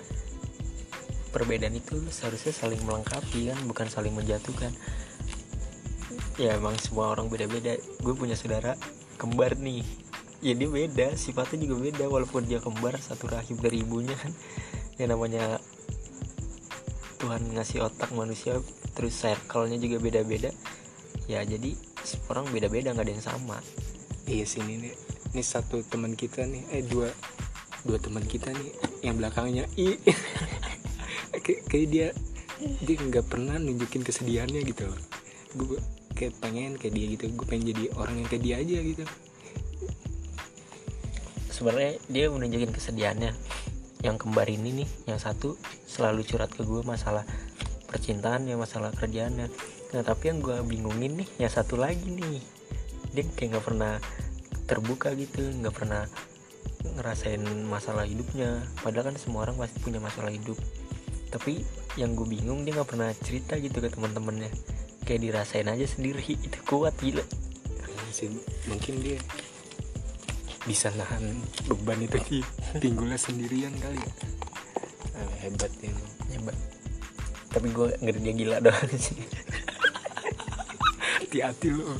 perbedaan itu seharusnya saling melengkapi kan, bukan saling menjatuhkan. Ya emang semua orang beda-beda. Gue punya saudara kembar nih, ya dia beda, sifatnya juga beda walaupun dia kembar satu rahim dari ibunya kan. Ya namanya Tuhan ngasih otak manusia, terus circle-nya juga beda-beda. Ya jadi orang beda-beda, nggak ada yang sama. Iya sih, ini nih, ini satu teman kita nih, eh dua dua teman kita nih yang belakangnya I. kayak, kayak dia dia nggak pernah nunjukin kesedihannya gitu. Gue kayak pengen kayak dia gitu, gue pengen jadi orang yang kayak dia aja gitu. Sebenarnya dia menunjukin kesedihannya. Yang kembar ini nih, yang satu selalu curhat ke gue masalah percintaannya, masalah kerjaannya. Nah tapi yang gue bingungin nih, yang satu lagi nih, dia kayak nggak pernah terbuka gitu, nggak pernah ngerasain masalah hidupnya. Padahal kan semua orang pasti punya masalah hidup. Tapi yang gue bingung, dia nggak pernah cerita gitu ke teman-temannya. Kayak dirasain aja sendiri. Itu kuat gila. Masih, mungkin dia bisa nahan beban itu di pinggulnya sendirian kali ya. Nah, hebat ya, Hebat. Tapi gue ngeri dia gila doang sih. hati-hati lo.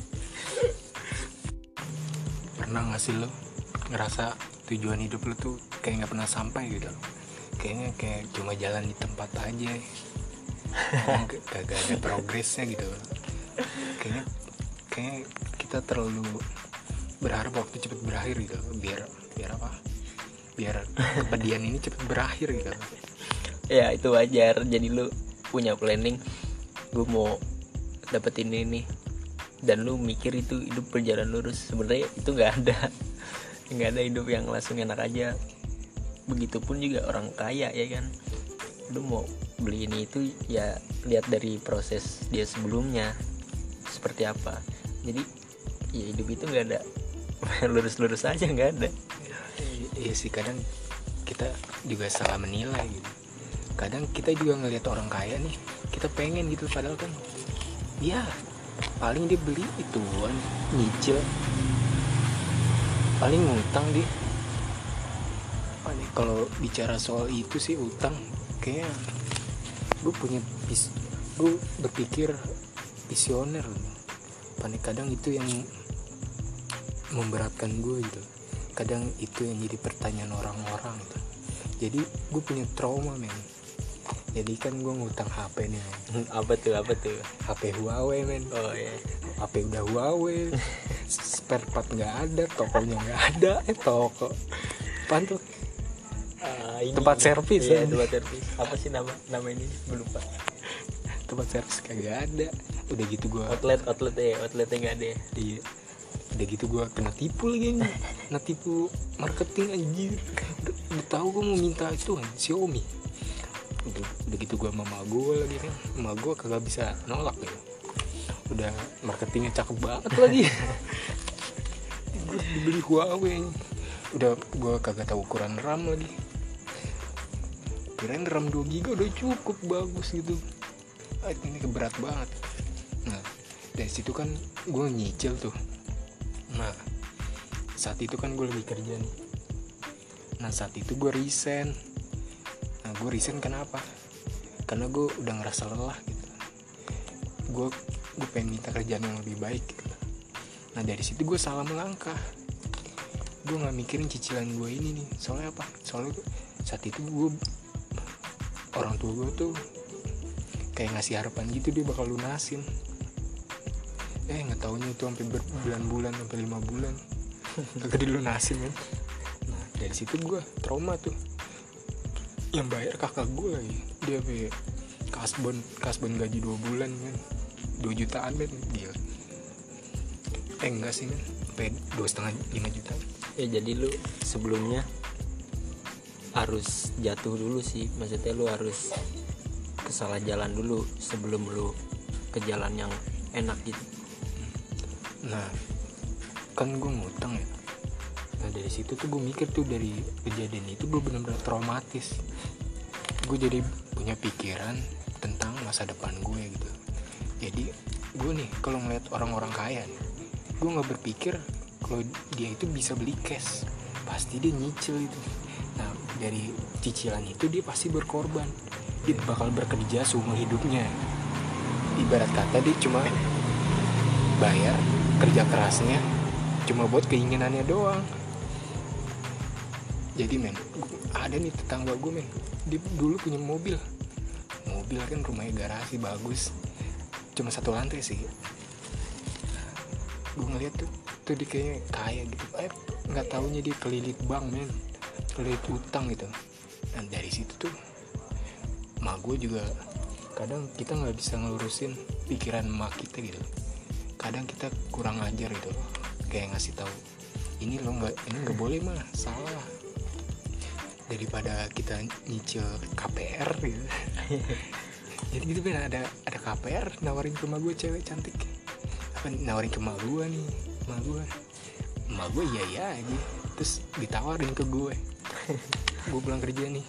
Pernah gak sih lo ngerasa tujuan hidup lo tuh kayak gak pernah sampai gitu? Kayaknya kayak cuma jalan di tempat aja, kagak ada progresnya gitu. Kayaknya kayak kita terlalu berharap waktu cepet berakhir gitu. Biar biar apa? Biar kepedihan ini cepet berakhir gitu. Ya itu wajar. Jadi lu punya planning, gue mau dapet ini nih, dan lu mikir itu hidup berjalan lurus. Sebenarnya itu nggak ada, nggak ada hidup yang langsung enak aja. Begitupun juga orang kaya ya kan. Lu mau beli ini itu ya lihat dari proses dia sebelumnya seperti apa. Jadi ya hidup itu nggak ada lurus-lurus aja, nggak ada. Iya sih, kadang kita juga salah menilai gitu. Kadang kita juga ngelihat orang kaya nih, kita pengen gitu, padahal kan ya paling dia beli ituan, nyicil, paling ngutang dia. Kalau bicara soal itu sih utang, kayak gue punya vis, gue berpikir visioner. Paling kadang itu yang memberatkan gue gitu. Kadang itu yang jadi pertanyaan orang-orang gitu. Jadi gue punya trauma men. Jadi kan gue ngutang H P nih men. Apa tuh apa tuh? H P Huawei men. Oh iya. H P udah Huawei. Spare part nggak ada, tokonya nggak ada. Eh toko. Apaan tuh? Ah, ini, Tempat servis iya, ya. tempat servis. Apa sih nama nama ini? Gue lupa. Tempat servis kagak ada. Udah gitu gue. Outlet outlet ya, outletnya nggak ada. Iya. Udah gitu gue kena tipu lagi nih. Kena tipu marketing anjir. Udah, udah tahu gue mau minta itu kan Xiaomi. Udah, udah gitu gue sama mama gue lagi kan. Mama gue kagak bisa nolak ya. Udah marketingnya cakep banget lagi. Gue dibeli Huawei. Udah gue kagak tahu ukuran RAM lagi. Kirain RAM dua giga udah cukup bagus gitu. Ah, ini keberat banget. Nah dari situ kan gue nyicil tuh. Nah saat itu kan gue lagi kerja nih. Nah saat itu gue resign. Nah gue resign kenapa? Karena gue udah ngerasa lelah gitu. Gue gue pengen minta kerjaan yang lebih baik gitu. Nah dari situ gue salah melangkah. Gue nggak mikirin cicilan gue ini nih. Soalnya apa? Soalnya saat itu gue orang tua gue tuh kayak ngasih harapan gitu dia bakal lunasin. Eh nggak taunya itu sampai berbulan-bulan, sampai lima bulan kagak dilunasin kan. Nah dari situ gue trauma tuh. Yang bayar kakak gue lagi. Dia be kasbon kasbon gaji dua bulan kan, dua jutaan kan dia. Eh enggak sih kan, sampai dua setengah lima juta. Ya jadi lu sebelumnya harus jatuh dulu sih, maksudnya lu harus kesalah jalan dulu sebelum lu ke jalan yang enak gitu. Nah kan gue ngutang ya. Nah dari situ tuh gue mikir tuh, dari kejadian itu gue benar-benar traumatis. Gue jadi punya pikiran tentang masa depan gue gitu. Jadi gue nih kalau ngeliat orang-orang kaya nih, gue nggak berpikir kalau dia itu bisa beli cash, pasti dia nyicil itu. Nah dari cicilan itu dia pasti berkorban, dia bakal bekerja seumur hidupnya. Ibarat kata dia cuma bayar kerja kerasnya cuma buat keinginannya doang. Jadi men, ada nih tetangga gue men, dia dulu punya mobil. Mobil kan rumahnya garasi bagus, cuma satu lantai sih. Gue ngeliat tuh, tuh dia kayaknya kaya gitu. Eh nggak taunya dia kelilit bank men, kelilit utang gitu. Dan dari situ tuh, mak gue juga kadang kita nggak bisa ngelurusin pikiran mak kita gitu. Kadang kita kurang ajar gitu loh, kayak ngasih tahu ini lo nggak, ini nggak boleh mah, salah. Daripada kita nyicil K P R gitu. Jadi gitu kan, ada ada K P R nawarin ke emak gue, cewek cantik. Apa nawarin ke emak gue nih, emak gue. Emak gue iya iya aja. Terus ditawarin ke gue. Gue pulang kerja nih.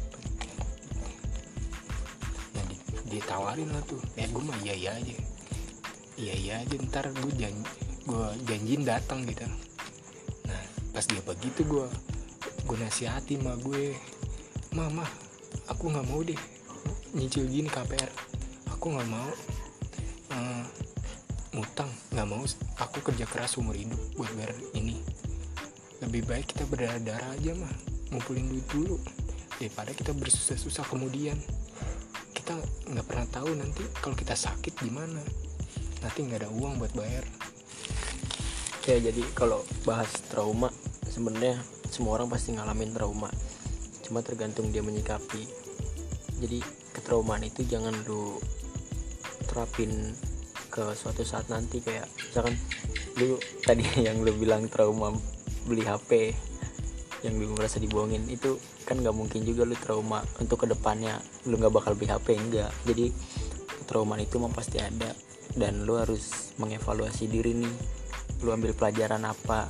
Nah, ditawarin lah tuh. Ya gue mah iya iya aja. Iya iya aja, ntar gue janji, gue janjiin datang gitu. Nah pas dia begitu gue gue nasihati sama gue, mama aku nggak mau deh nyicil gini K P R, aku nggak mau uh, ngutang, nggak mau, aku kerja keras umur hidup buat bayar ini. Lebih baik kita berdarah-darah aja mah, ngumpulin duit dulu daripada kita bersusah-susah kemudian. Kita nggak pernah tahu nanti kalau kita sakit gimana, nanti nggak ada uang buat bayar. Ya jadi kalau bahas trauma, sebenarnya semua orang pasti ngalamin trauma, cuma tergantung dia menyikapi. Jadi ketraumaan itu jangan lu terapin ke suatu saat nanti. Kayak misalkan lu tadi yang lu bilang trauma beli H P yang lu merasa dibohongin, itu kan nggak mungkin juga lu trauma untuk kedepannya lu nggak bakal beli H P, enggak. Jadi ketraumaan itu memang pasti ada, dan lu harus mengevaluasi diri nih, lu ambil pelajaran apa.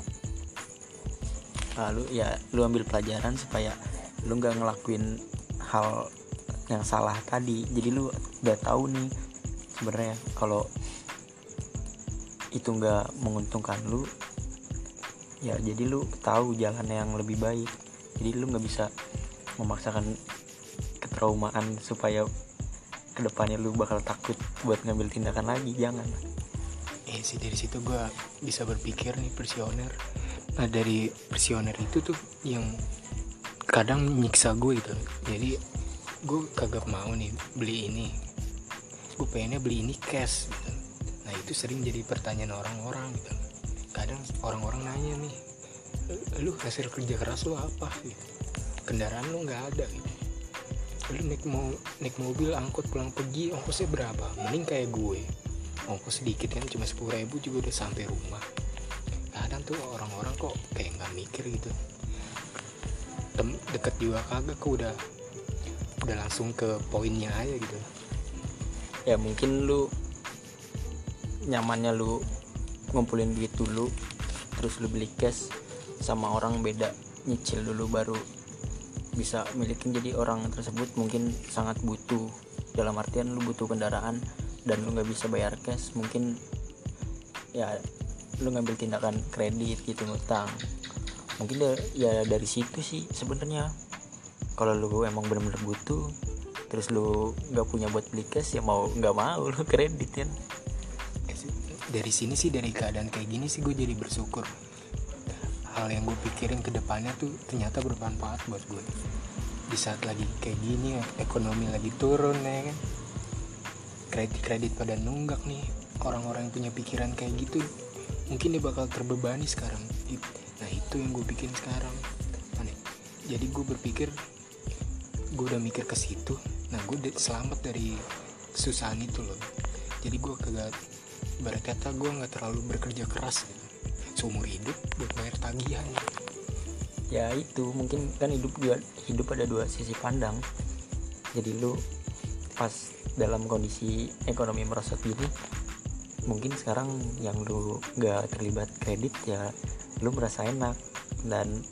Lalu ya lu ambil pelajaran supaya lu nggak ngelakuin hal yang salah tadi. Jadi lu udah tahu nih sebenarnya kalau itu nggak menguntungkan lu, ya jadi lu tahu jalan yang lebih baik. Jadi lu nggak bisa memaksakan ketraumaan supaya kedepannya lu bakal takut buat ngambil tindakan lagi, jangan. Eh sih dari situ gue bisa berpikir nih Prisioner. Nah dari Prisioner itu tuh yang kadang nyiksa gue gitu. Jadi gue kagak mau nih beli ini, gue pengennya beli ini cash gitu. Nah itu sering jadi pertanyaan orang-orang gitu. Kadang orang-orang nanya nih, lu hasil kerja keras lu apa gitu, kendaraan lu nggak ada gitu, lu naik mau naik mobil angkot pulang pergi ongkosnya berapa, mending kayak gue ongkos sedikit kan cuma sepuluh ribu juga udah sampai rumah. Kadang tuh orang-orang kok kayak nggak mikir gitu, Tem- deket juga kagak kok udah udah langsung ke poinnya aja gitu. Ya mungkin lu nyamannya lu ngumpulin duit dulu terus lu beli cash, sama orang beda, nyicil dulu baru bisa milikin. Jadi orang tersebut mungkin sangat butuh, dalam artian lu butuh kendaraan dan lu nggak bisa bayar cash, mungkin ya lu ngambil tindakan kredit gitu, ngutang. Mungkin da- ya dari situ sih sebenarnya. Kalau lu emang benar-benar butuh terus lu nggak punya buat beli cash, ya mau nggak mau lu kredit kan. Dari sini sih, dari keadaan kayak gini sih gue jadi bersyukur. Hal yang gue pikirin ke depannya tuh ternyata bermanfaat buat gue. Di saat lagi kayak gini, ekonomi lagi turun ya kan, kredit-kredit pada nunggak nih, orang-orang yang punya pikiran kayak gitu mungkin dia bakal terbebani sekarang. Nah itu yang gue pikirin sekarang. Jadi gue berpikir, gue udah mikir ke situ. Nah gue udah selamat dari kesusahan itu loh. Jadi gue kagak, ibarat kata gue nggak terlalu bekerja keras gitu, seumur hidup buat bayar tagihan. Ya itu mungkin kan hidup dua, hidup ada dua sisi pandang. Jadi lu pas dalam kondisi ekonomi merosot gini, mungkin sekarang yang lu gak terlibat kredit ya lu merasa enak. Dan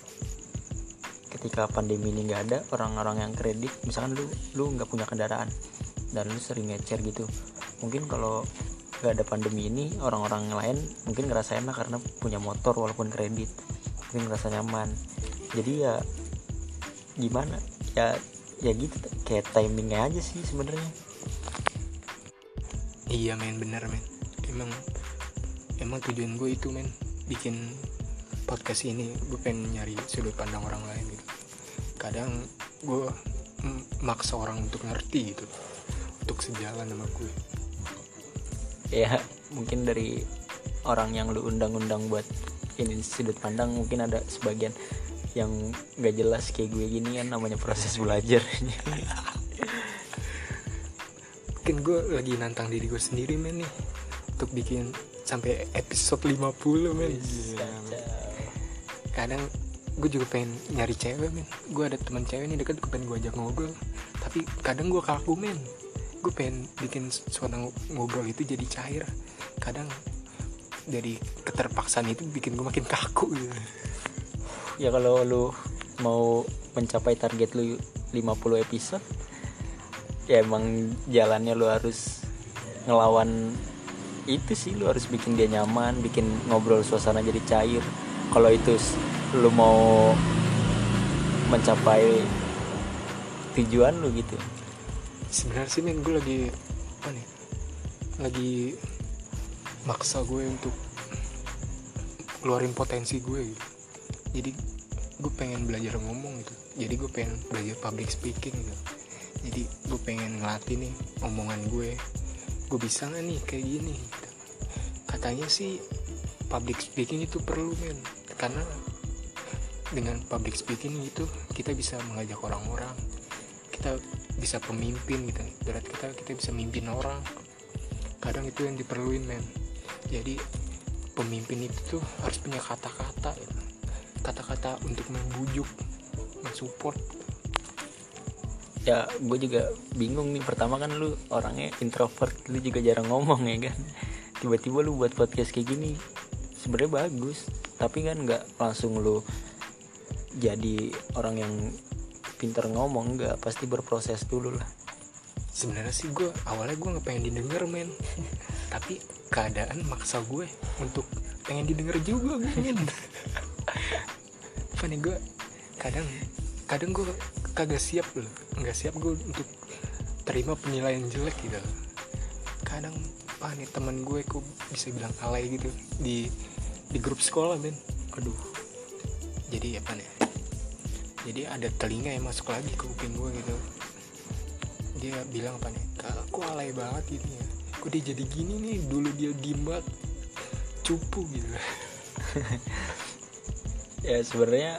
ketika pandemi ini gak ada, orang-orang yang kredit, misalkan lu lu gak punya kendaraan dan lu sering ngecer gitu, mungkin kalau gak ada pandemi ini, orang-orang lain mungkin ngerasa enak karena punya motor walaupun kredit, mungkin ngerasa nyaman. Jadi ya gimana ya, ya gitu, kayak timingnya aja sih sebenarnya. Iya men, bener men. Emang emang tujuan gue itu men, bikin podcast ini. Gue pengen nyari sudut pandang orang lain gitu. Kadang gue m- maksa orang untuk ngerti gitu, untuk sejalan sama gue. Ya mungkin dari orang yang lu undang-undang buat ini sudut pandang, mungkin ada sebagian yang gak jelas kayak gue gini kan, namanya proses belajar. Mungkin gue lagi nantang diri gue sendiri men nih, untuk bikin sampai episode lima puluh men. Kadang gue juga pengen nyari cewek men. Gue ada teman cewek nih deket, gue pengen gue ajak ngobrol, tapi kadang gue kaku men. Gue pengen bikin suara ngobrol itu jadi cair. Kadang dari keterpaksaan itu bikin gue makin kaku gitu. Ya kalau lu mau mencapai target lu lima puluh episode, ya emang jalannya lu harus ngelawan itu sih. Lu harus bikin dia nyaman, bikin ngobrol suasana jadi cair. Kalau itu lu mau mencapai tujuan lu gitu. Sebenarnya sih men, gue lagi apa nih, lagi maksa gue untuk keluarin potensi gue gitu. Jadi gue pengen belajar ngomong gitu. Jadi gue pengen belajar public speaking gitu. Jadi gue pengen ngelatih nih omongan gue. Gue bisa gak nih kayak gini gitu. Katanya sih public speaking itu perlu men, karena dengan public speaking itu kita bisa mengajak orang-orang, kita bisa pemimpin gitu. Berat kita kita bisa mimpin orang. Kadang itu yang diperluin men. Jadi pemimpin itu tuh harus punya kata-kata gitu. Kata-kata untuk membujuk, mensupport. Ya gue juga bingung nih, pertama kan lu orangnya introvert, lu juga jarang ngomong ya kan. Tiba-tiba lu buat podcast kayak gini, sebenarnya bagus, tapi kan nggak langsung lu jadi orang yang pintar ngomong, nggak, pasti berproses dulu lah. Sebenarnya sih gue awalnya gue nggak pengen didengar men, tapi keadaan maksa gue untuk pengen didengar juga men. Apa nih, gue kadang kadang gue kagak siap loh, nggak siap gue untuk terima penilaian jelek gitu. Kadang apa nih, teman gue kok bisa bilang alay gitu di di grup sekolah men. Aduh, jadi apa nih, jadi ada telinga yang masuk lagi ke kuping gue gitu. dia bilang apa nih, kak kok alay banget gitu ya, kok dia jadi gini nih, dulu dia dimbat cupu gitu. Ya sebenarnya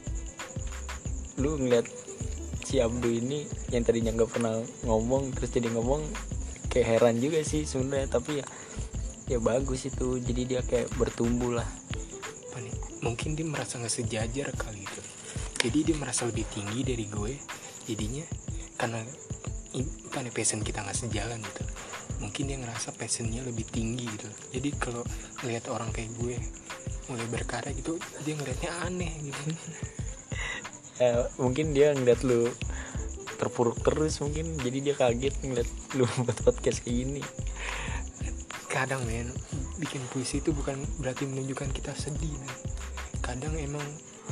lu ngeliat si Abdu ini yang tadinya nggak pernah ngomong terus jadi ngomong, kayak heran juga sih sebenarnya. Tapi ya ya bagus itu, jadi dia kayak bertumbuh lah. Apa nih, mungkin dia merasa nggak sejajar kali itu, jadi dia merasa lebih tinggi dari gue, jadinya karena apa nih, passion kita nggak sejalan gitu, mungkin dia ngerasa passionnya lebih tinggi gitu. Jadi kalau ngeliat orang kayak gue mulai berkarya gitu, dia ngeliatnya aneh gitu. Ya, mungkin dia ngeliat lu terpuruk terus mungkin, jadi dia kaget ngeliat lu buat podcast kayak gini. Kadang men, bikin puisi itu bukan berarti menunjukkan kita sedih men. Kadang emang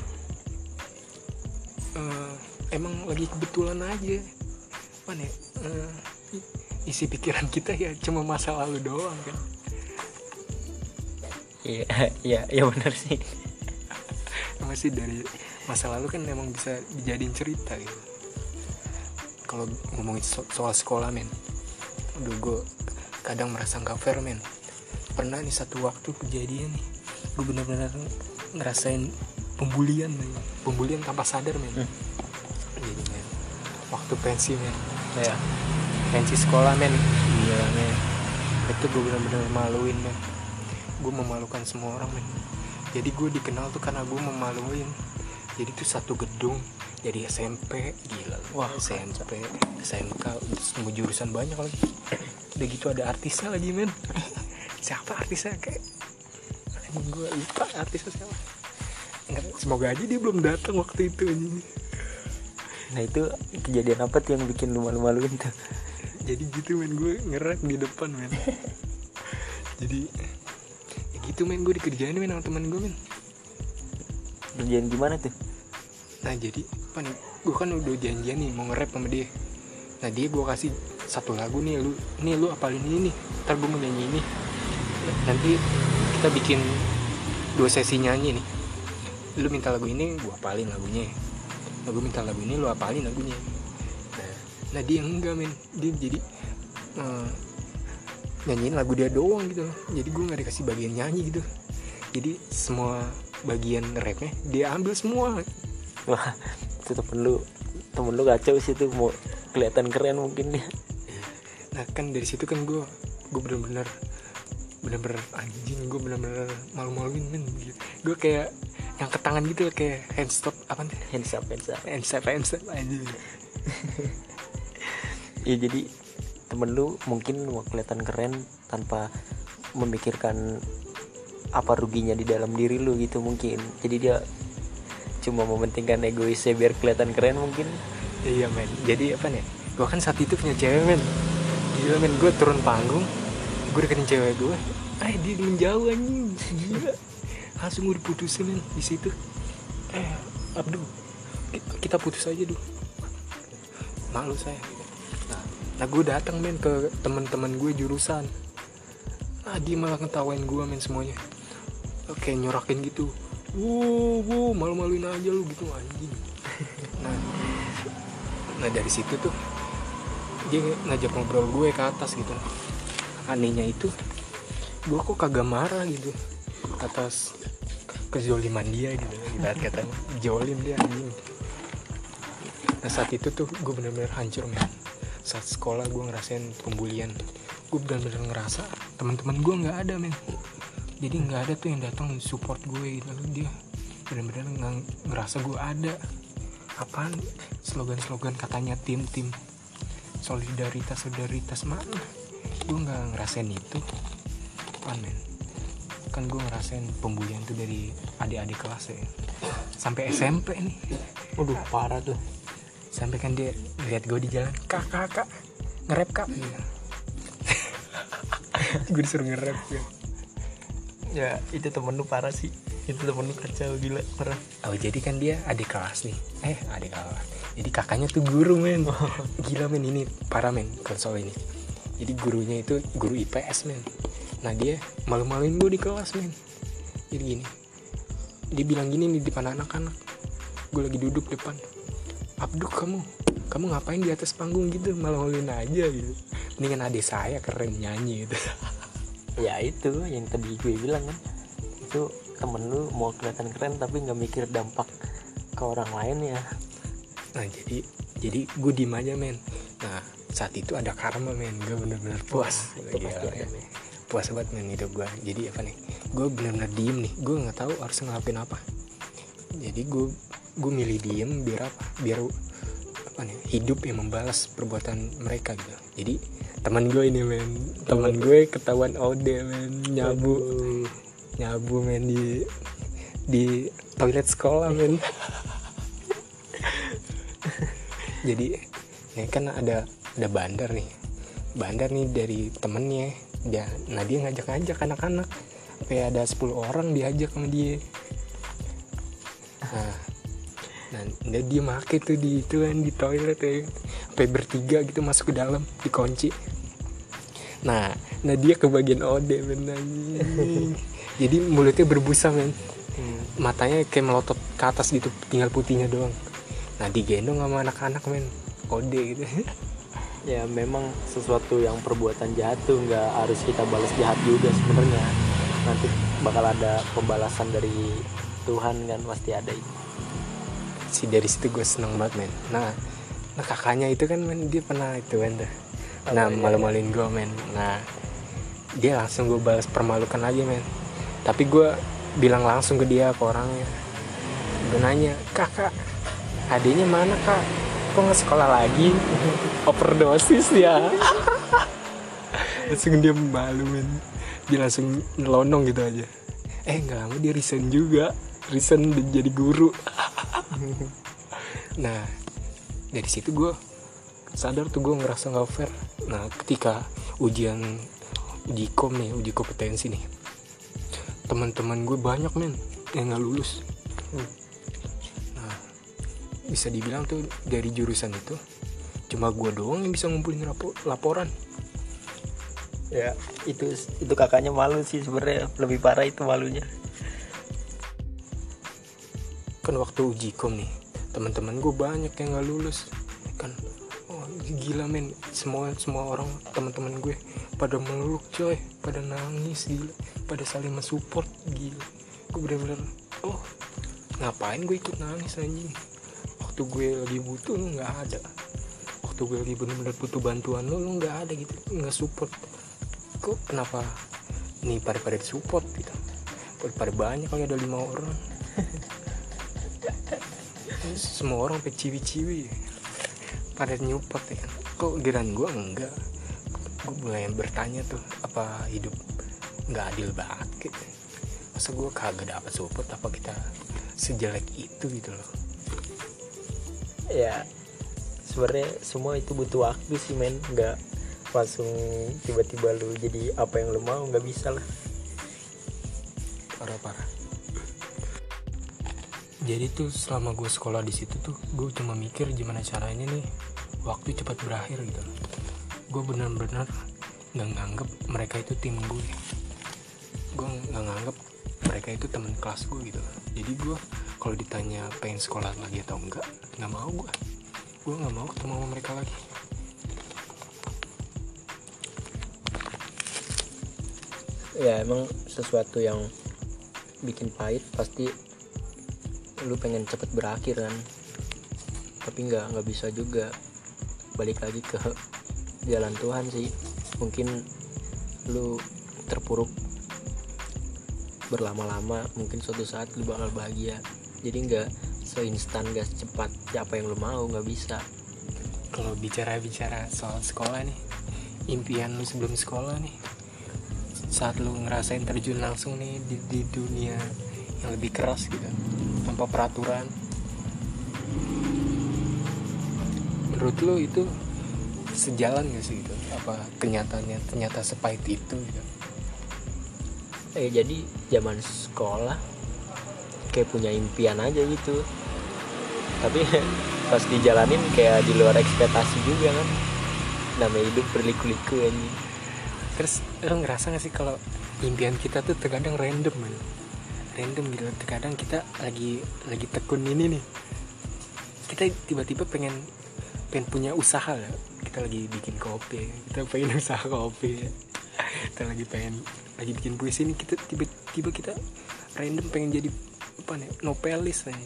uh, emang lagi kebetulan aja, apa nih, uh, isi pikiran kita ya cuma masa lalu doang kan. Iya, iya, iya benar sih. Masih dari masa lalu kan emang bisa dijadiin cerita gitu. Kalau ngomongin so- soal sekolah men, aduh gue kadang merasa nggak fair men. Pernah nih satu waktu kejadian nih, gue benar-benar ngerasain pembulian men, pembulian tanpa sadar men. Hmm. Jadi men, waktu pensi men, Ya. pensi sekolah men, iya men, itu gue benar-benar maluin men. Gue memalukan semua orang men. Jadi gue dikenal tuh karena gue memaluin. Jadi tuh satu gedung, jadi S M P, gila. Wah, S M P, S M K, semua jurusan banyak lagi. Udah gitu ada artisnya lagi men. Siapa artisnya, kayak emang gue lupa artisnya siapa. Nggak, semoga aja dia belum datang waktu itu anjing. Nah itu kejadian apa tuh yang bikin lu malu-maluin tuh? Jadi gitu men, gue nge-rap di depan men. Jadi ya gitu men, gue dikerjain men sama teman gue men. Kerjaan gimana tuh? Nah jadi apa nih, gue kan udah janjian nih mau nge-rap sama dia. Nah dia gue kasih satu lagu nih, lu nih lu apalin ini nih, ntar gue mau nyanyi ini. Nanti kita bikin dua sesi nyanyi nih. Lu minta lagu ini, gue apalin lagunya. Nah gue minta lagu ini, lu apalin lagunya. Nah, nah dia enggak men, dia jadi uh, nyanyiin lagu dia doang gitu. Jadi gue nggak dikasih bagian nyanyi gitu. Jadi semua bagian rapnya dia ambil semua. Wah, itu temen lu, temen lu kacau sih tuh, mau kelihatan keren mungkin dia. Nah kan dari situ kan gue gue bener-bener bener-bener anjing, gue bener-bener malu-maluin men gitu. Gue kayak yang ke tangan gitu, kayak hand stop apa nih, Hands up, hands up. hand stop hand stop anjing. Ya jadi temen lu mungkin mau kelihatan keren tanpa memikirkan apa ruginya di dalam diri lu gitu mungkin. Jadi dia cuma mementingkan egoisnya biar kelihatan keren mungkin. Iya men, jadi apa nih, gue kan saat itu punya cewek men. Gila men, gue turun panggung, gue deketin cewek gue, eh dia menjauh anjing, gila. Langsung gue diputusin men di situ. Eh Abdu, kita putus aja dulu, malu saya. Nah, nah gue datang men ke teman-teman gue jurusan. Nah dia malah ngetawain gue men semuanya, kayak nyorakin gitu. Wow, wow, malu-maluin aja lu gitu anjing. Nah, nah dari situ tuh dia ngajak ngobrol gue ke atas gitu. Anehnya itu gue kok kagak marah gitu atas kezoliman dia gitu. Ibarat kata jolim dia anjing. Nah saat itu tuh gue benar-benar hancur men. Saat sekolah gue ngerasain pembulian, gue benar-benar ngerasa teman-teman gue nggak ada men. Jadi nggak ada tuh yang datang support gue gitu. Dia benar-benar ngerasa gue ada. Apaan slogan-slogan katanya tim-tim solidaritas solidaritas mana? Gue nggak ngerasain itu. Apaan men? Kan gue ngerasain pembulian tuh dari adik-adik kelas ya, sampai S M P nih. Waduh parah tuh. Sampai kan dia lihat gue di jalan, kak kak kak nge-rap kak gitu. Gue disuruh nge-rap ya. Ya itu temen lu parah sih, itu temen lu kacau gila parah. Oh jadi kan dia adik kelas nih, eh adik kelas. Jadi kakaknya tuh guru men. Gila men, ini parah men kalau soal ini. Jadi gurunya itu guru I P S men. Nah dia malu-maluin gue di kelas men. Jadi gini, dia bilang gini nih di depan anak-anak. Gue lagi duduk depan. Abdu kamu kamu ngapain di atas panggung gitu, malah ngolin aja gitu, mendingan adik saya keren nyanyi gitu. Ya itu yang tadi gue bilang kan, itu temen lu mau kelihatan keren tapi nggak mikir dampak ke orang lain ya. Nah jadi jadi gue diem aja men. Nah saat itu ada karma men, gue bener-bener puas. Itu pasti Gila, ada men. nih. Puas banget men hidup gue. Jadi apa nih, gue bener-bener diem nih, gue nggak tahu harus ngelakuin apa. Jadi gue gue milih diem biar apa, biar apa nih, hidup yang membalas perbuatan mereka gitu. Jadi teman gue ini men, teman gue ketahuan ode men, nyabu Aduh. nyabu men di di toilet sekolah men. Jadi ya kan ada ada bandar nih, bandar nih dari temennya dia. Nah dia ngajak-ngajak anak-anak, sampai ada sepuluh orang diajak sama dia. Nah, nah dia, dia make tuh di itu kan di toilet ya, sampai bertiga gitu masuk ke dalam, dikunci. Nah, nah dia ke bagian ode men anjing. Jadi mulutnya berbusa men, matanya kayak melotot ke atas gitu, tinggal putihnya doang. Nah digendong sama anak-anak men, ode gitu. Ya memang sesuatu yang perbuatan jahat tuh nggak harus kita balas jahat juga sebenarnya. Nanti bakal ada pembalasan dari Tuhan kan, pasti ada itu. Si dari situ gue seneng banget men. Nah, nah kakaknya itu kan men, dia pernah itu kan tuh. Nah Oh, iya, malu-maluin gue men. Nah dia langsung gue balas permalukan lagi men. Tapi gue bilang langsung ke dia, ke orangnya. Gue nanya, kakak adiknya mana kak? Kok nggak sekolah lagi? Overdosis ya. Langsung dia malu men. Dia langsung nelonong gitu aja. Eh nggak lama dia resign juga, resign jadi guru. Nah dari situ gue sadar tuh, gue ngerasa nggak fair. Nah ketika ujian uji kom nih, uji kompetensi nih, teman-teman gue banyak men yang nggak lulus. Nah bisa dibilang tuh dari jurusan itu cuma gue doang yang bisa ngumpulin rapor, laporan. Ya itu itu kakaknya malu sih sebenarnya, lebih parah itu malunya. Kan waktu uji kom nih teman-teman gue banyak yang nggak lulus kan. Oh gila men, semua semua orang teman-teman gue pada meluk coy, pada nangis gila, pada saling mensupport gila. Gue bener-bener oh ngapain gue ikut nangis anjing, waktu gue lagi butuh lu nggak ada, waktu gue lagi bener-bener butuh bantuan lu lu nggak ada gitu, nggak support. Kok kenapa nih pada pada support gitu, pada, pada banyak kali ada lima orang. Semua orang sampai ciwi-ciwi pada nyupport ya kan. Kok giliran gue enggak? Gue mulai bertanya tuh, apa hidup nggak adil banget gitu? Masa gue kagak dapat support, apa kita sejelek itu gitu loh? Ya sebenarnya semua itu butuh waktu sih men, nggak langsung tiba-tiba lu jadi apa yang lu mau, nggak bisa lah. Parah-parah. Jadi tuh selama gue sekolah di situ tuh gue cuma mikir gimana caranya nih waktu cepat berakhir gitu. Gue benar-benar nggak nganggep mereka itu tim gue. Gue nggak nganggep mereka itu teman kelas gue gitu. Jadi gue kalau ditanya pengen sekolah lagi atau enggak, nggak mau gue. Gue nggak mau ketemu sama mereka lagi. Ya emang sesuatu yang bikin pahit pasti lu pengen cepet berakhir kan, tapi nggak nggak bisa juga. Balik lagi ke jalan Tuhan sih, mungkin lu terpuruk berlama-lama, mungkin suatu saat lu bakal bahagia. Jadi nggak seinstan, nggak secepat apa yang lu mau, nggak bisa. Kalau bicara-bicara soal sekolah nih, impian lu sebelum sekolah nih, saat lu ngerasain terjun langsung nih di, di dunia yang lebih keras gitu, tanpa peraturan, menurut lu itu sejalan gak sih gitu? Apa kenyataannya ternyata sepahit itu gitu? Eh jadi zaman sekolah kayak punya impian aja gitu, tapi pas dijalanin kayak di luar ekspektasi juga kan. Namanya hidup berliku-liku anjing. Terus lu ngerasa gak sih kalau impian kita tuh terkadang random man? Random gitu, terkadang kita lagi lagi tekun ini nih, kita tiba-tiba pengen pengen punya usaha lah. Kita lagi bikin kopi, kita pengen usaha kopi. Kita lagi pengen lagi bikin puisi nih, kita tiba-tiba kita random pengen jadi apa nih, novelis nih.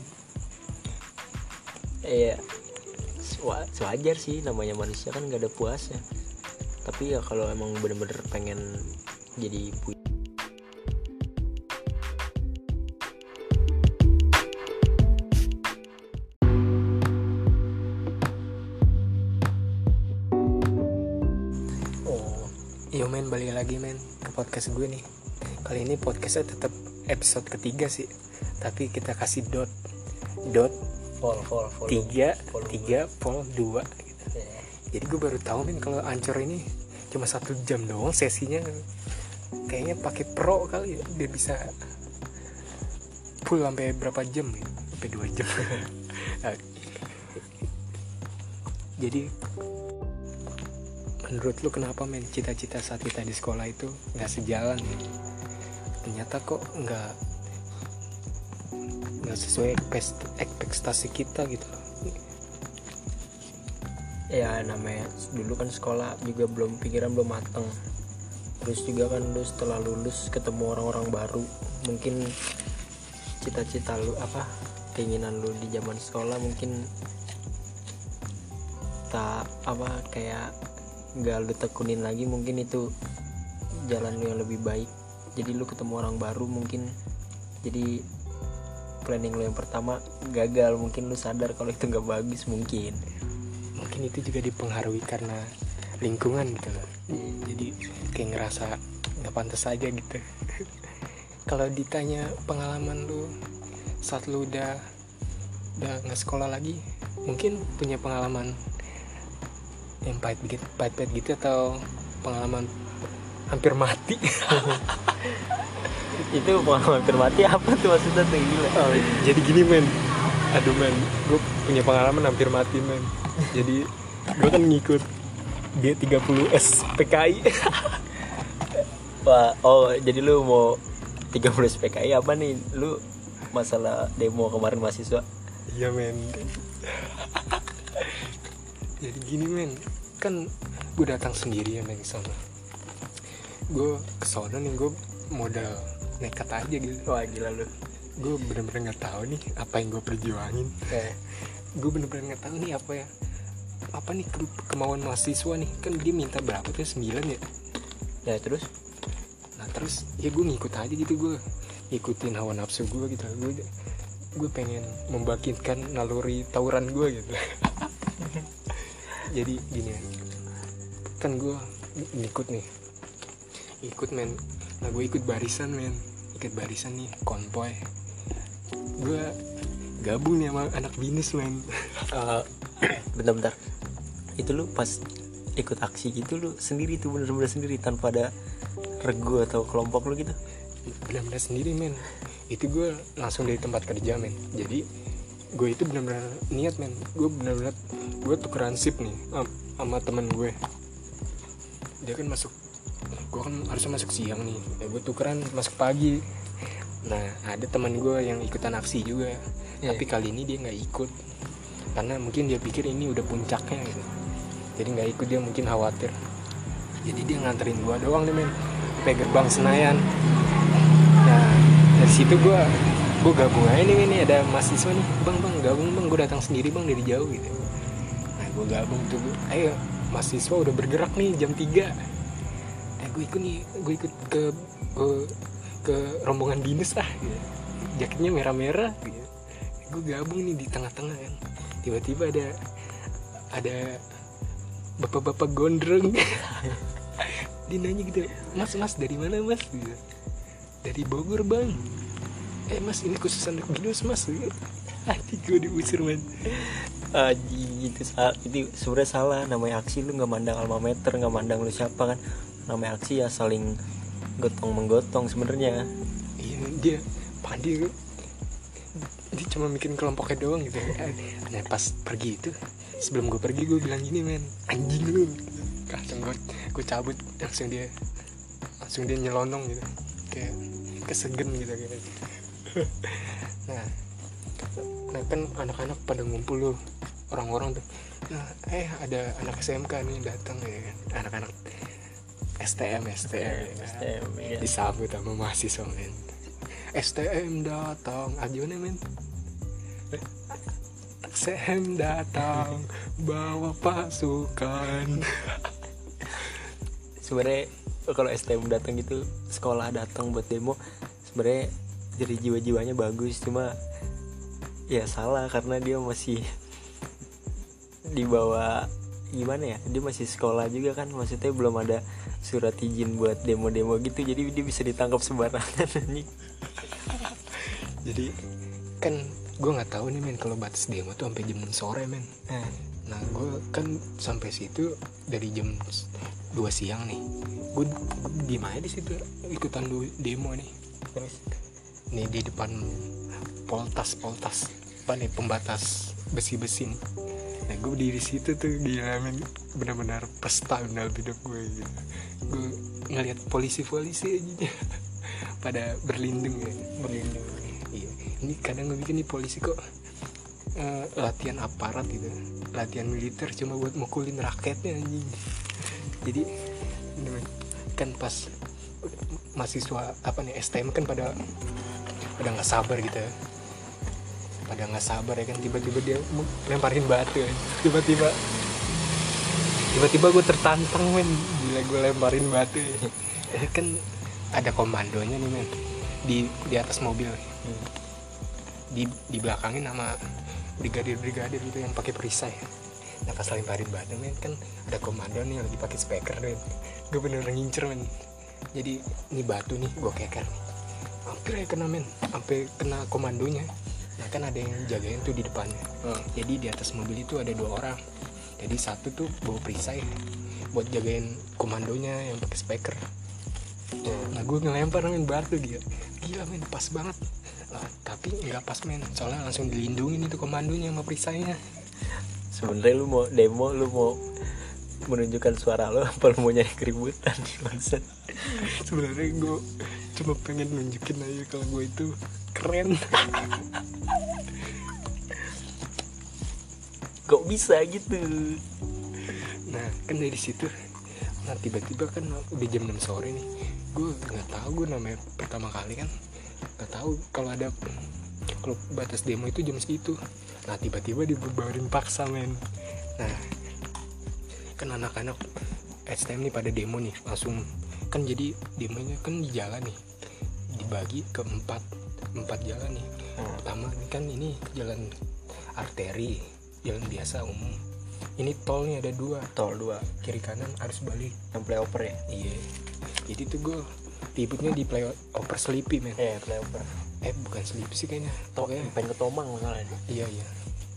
Iya, wajar sih, namanya manusia kan nggak ada puasnya. Tapi ya kalau emang bener-bener pengen jadi puisi, yo men, balik lagi men ke podcast gue nih. Kali ini podcastnya tetap episode ketiga sih, tapi kita kasih dot dot vol vol vol tiga tiga vol dua gitu. yeah. Jadi gue baru tahu men kalau Anchor ini cuma satu jam doang sesinya. Kayaknya pakai pro kali ya, dia bisa full sampai berapa jam ya, sampai dua jam. Jadi menurut lu kenapa men cita-cita saat kita di sekolah itu nggak sejalan ya? Ternyata kok nggak nggak sesuai ekspektasi kita gitu. Ya namanya dulu kan sekolah juga belum, pikiran belum mateng. Terus juga kan lu setelah lulus ketemu orang-orang baru, mungkin cita-cita lu apa, keinginan lu di zaman sekolah mungkin tak apa kayak nggak lu tekunin lagi, mungkin itu jalan lu yang lebih baik. Jadi lu ketemu orang baru, mungkin jadi planning lu yang pertama gagal, mungkin lu sadar kalau itu nggak bagus. Mungkin mungkin itu juga dipengaruhi karena lingkungan gitu loh. Jadi kayak ngerasa nggak pantas aja gitu. Kalau ditanya pengalaman lu saat lu udah udah nggak sekolah lagi, mungkin punya pengalaman yang pahit gitu, pahit-pahit gitu, atau pengalaman hampir mati. itu pengalaman hampir mati apa tuh maksudnya tuh, gila. Oh, jadi gini men, aduh men, gue punya pengalaman hampir mati men. Jadi gue kan ngikut D tiga puluh S P K I. Wah, oh jadi lu mau tiga puluh S P K I apa nih? Lu masalah demo kemarin mahasiswa? Iya men. Jadi gini men, kan gue datang sendiri ya men ke sana. Gue ke sana nih, gue modal nekat aja gitu. Wah gila lu. Gue bener-bener nggak tahu nih apa yang gue perjuangin. Eh. Gue bener-bener nggak tahu nih apa ya, apa nih ke- kemauan mahasiswa nih. Kan dia minta berapa tuh, sembilan ya. Ya terus? Nah terus ya gue ngikut aja gitu, gue ngikutin hawa nafsu gue gitu. Gue gue pengen membangkitkan naluri tawuran gue gitu. Jadi gini kan, gue ngikut nih, ikut men. Nah gue ikut barisan men, ikut barisan nih konvoy. Gue gabung nih sama anak binus men. Uh, bentar-bentar, itu lu pas ikut aksi gitu lu sendiri tuh, bener-bener sendiri tanpa ada regu atau kelompok lu gitu? Benar-benar sendiri men. Itu gue langsung dari tempat kerja men. Jadi gue itu benar-benar niat men. Gue benar-benar, gue tukeran sip nih sama temen gue. Dia kan masuk, gue kan harusnya masuk siang nih, ya gue tukeran masuk pagi. Nah ada teman gue yang ikutan aksi juga, yeah. Tapi kali ini dia nggak ikut karena mungkin dia pikir ini udah puncaknya gitu. Jadi nggak ikut, dia mungkin khawatir. Jadi dia nganterin gue doang nih men, sampai gerbang Senayan. Nah dari situ gue gue gabung aja nih, ini ada mahasiswa nih, bang bang gabung bang, gue datang sendiri bang dari jauh gitu. Nah gue gabung tuh, ayo mahasiswa udah bergerak nih jam tiga. Eh gue ikut nih, gue ikut ke ke, ke rombongan dinas ah gitu. Jaketnya merah-merah gitu. Gue gabung nih di tengah-tengah kan. Tiba-tiba ada ada bapak-bapak gondrong. Dia nanya gitu, mas mas dari mana mas gitu. Dari Bogor bang. Eh mas ini khusus anak binus mas. Hati gue diusir man. Aji itu salah, itu sebenarnya salah. Namanya aksi lu nggak mandang alma mater, nggak mandang lu siapa kan. Namanya aksi ya saling gotong menggotong sebenarnya. Iya dia pandi, dia cuma bikin kelompoknya doang gitu. Nah pas pergi itu, sebelum gue pergi gue bilang gini men, anjing lu. Langsung gue gue cabut, langsung dia langsung dia nyelonong gitu, kayak kesegen gitu kayak. Nah, nah kan anak-anak pada ngumpul loh orang-orang tuh, nah eh ada anak S M K nih datang ya kan, anak-anak S T M S T M, S T M ya. disambut sama mahasiswa men, S T M datang aja nih men, S T M datang bawa pasukan. Sebenarnya kalau S T M datang gitu, sekolah datang buat demo, sebenarnya jadi jiwa-jiwanya bagus, cuma ya salah karena dia masih dibawa gimana ya, dia masih sekolah juga kan, maksudnya belum ada surat izin buat demo-demo gitu, jadi dia bisa ditangkap sembarangan. Jadi kan gue nggak tahu nih men kalau batas demo tuh sampai jam sore men. Nah, Nah gue kan sampai situ dari jam dua siang nih, gue diem aja di situ ikutan du- demo nih. terus Nih di depan poltas poltas apa nih, pembatas besi-besi nih. Nah gue berdiri situ tuh, gila men, benar-benar pesta dalam hidup gue gitu. Gue ngeliat polisi-polisi aja pada berlindung ya, berlindung. Iya, ini kadang gue bikin nih polisi kok uh, latihan aparat gitu, latihan militer cuma buat mukulin rakyatnya anjing. Jadi kan pas mahasiswa apa nih S T M kan pada pada nggak sabar gitu ya. pada nggak sabar ya kan, tiba-tiba dia lemparin batu ya. tiba-tiba tiba-tiba gue tertantang men, gila gue lemparin batu ya. Eh, kan ada komandonya nih men di di atas mobil, di di belakangin sama brigadir-brigadir gitu yang pakai perisai. Nah pas lemparin batu men kan ada komando nih lagi pakai speaker men, gue bener ngincer men. Jadi ini batu nih gue keker nih, hampir ya kena men, sampai kena komandonya. Nah kan ada yang jagain tuh di depannya. hmm. Jadi di atas mobil itu ada dua orang. Jadi satu tuh bawa perisai buat jagain komandonya yang pakai speaker. Nah gue ngelempar men batu, gila, gila men, pas banget. Nah, tapi nggak pas men, soalnya langsung dilindungin itu komandonya sama perisainya. sebenarnya lu mau demo, lu mau menunjukkan suara lu apa lu mau nyari keributan maksud? Sebenarnya gue cuma pengen nunjukin aja kalau gue itu keren. Kok bisa gitu? Nah kan dari situ, nah tiba-tiba kan udah jam enam sore nih, gue nggak tahu, gue namanya pertama kali kan nggak tahu kalau ada kalau batas demo itu jam segitu. Nah tiba-tiba dibubarin paksa men. Nah kan anak-anak S T M nih pada demo nih, langsung kan jadi demonya kan di jalan nih, dibagi ke empat empat jalan nih. hmm. Pertama ini kan ini jalan arteri, jalan biasa umum. Ini tol nih ada dua, Tol dua kiri kanan arus balik. yang flyover ya? Iya. Jadi tuh gue ributnya di flyover Sleepy men. Eh flyover Eh bukan Sleepy sih kayaknya. Tok, Pokoknya pengen ke Tomang masalahnya. iya iya.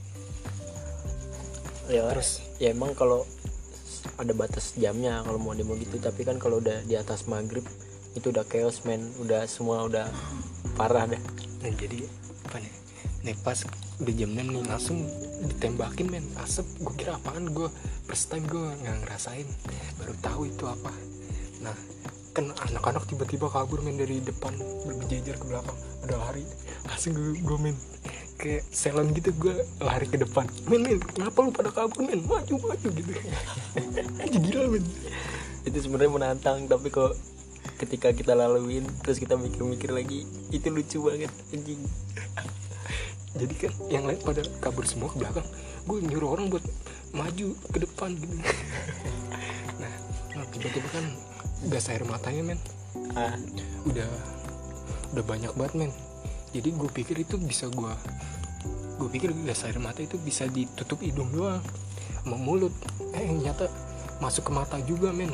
Ya Terus ya emang kalau ada batas jamnya kalau mau demo gitu, tapi kan kalau udah di atas maghrib itu udah chaos men, udah semua udah parah dah. nah jadi apa nih? Nih pas udah jam enam nih langsung ditembakin men, asap. Gue kira apaan, gue first time gue nggak ngerasain, baru tahu itu apa. Nah kan anak-anak tiba-tiba kabur men dari depan berjejer ke belakang, ada lari. Langsung gue, gue men kayak selon gitu, gue lari ke depan. Men men kenapa lu pada kabur men, maju maju gitu. Aja gila men. Itu sebenarnya menantang, tapi kok ketika kita laluin terus kita mikir-mikir lagi, itu lucu banget anjing. Jadi kan yang lain pada kabur semua ke belakang, gue nyuruh orang buat maju ke depan gitu. Nah, nah tiba-tiba kan gas air matanya men, Ah, udah udah banyak banget men. Jadi gue pikir itu bisa gue gue pikir gas air mata itu bisa ditutup hidung doang sama mulut. Eh ternyata masuk ke mata juga men.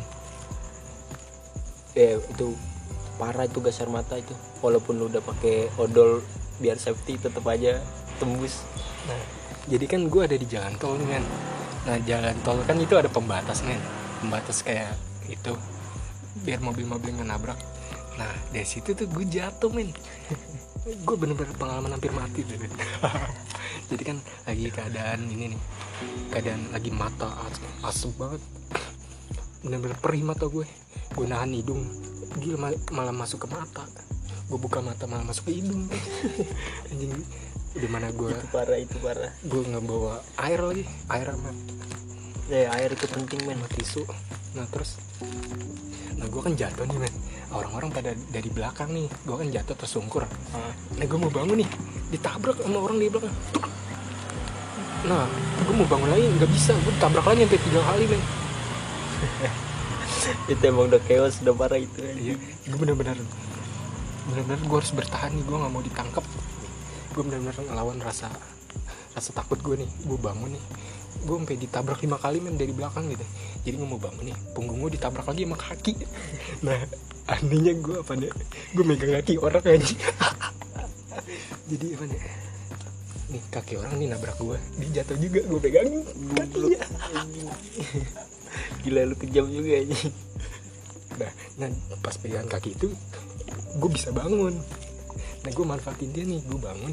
eh itu parah itu gas air mata itu. Walaupun lu udah pakai odol biar safety, tetap aja tembus. Nah jadi kan gue ada di jalan tol nih men. Nah jalan tol kan itu ada pembatas men, pembatas kayak itu biar mobil-mobil nggak nabrak. Nah dari situ tuh gue jatuh men. Gue bener-bener pengalaman hampir mati tuh. Jadi kan lagi keadaan ini nih, keadaan lagi mata as- asem banget, bener-bener perih mata gue. Gue nahan hidung, gila malah masuk ke mata. Gue buka mata malah masuk ke hidung. Anjing, di mana gue itu parah itu parah gue ngebawa air lagi, air sama ya air itu penting men, sama tisu. Nah terus nah gue kan jatuh nih men, orang-orang pada dari belakang nih, gue kan jatuh tersungkur. ah. Nah gue mau bangun nih, ditabrak sama orang di belakang. Nah gue mau bangun lagi nggak bisa, gue ditabrak lagi sampai tiga kali men. Itu emang udah chaos, udah parah itu. Iya, gue benar-benar benar-benar gue harus bertahan nih, gue nggak mau ditangkap. Gue benar-benar ngelawan rasa rasa takut gue nih. Gue bangun nih, gue sampai ditabrak lima kali men dari belakang gitu. Jadi gue mau bangun nih, punggung gue ditabrak lagi sama kaki. Nah anehnya gue apa nih, gue megang kaki orang aja. Jadi apa nih, nih kaki orang nih nabrak gue, dia jatuh juga, gue pegangin kakinya. Gila lu kejam juga aja. Nah, nah pas pegangan kaki itu gue bisa bangun. Nah gue manfaatin dia nih, gue bangun.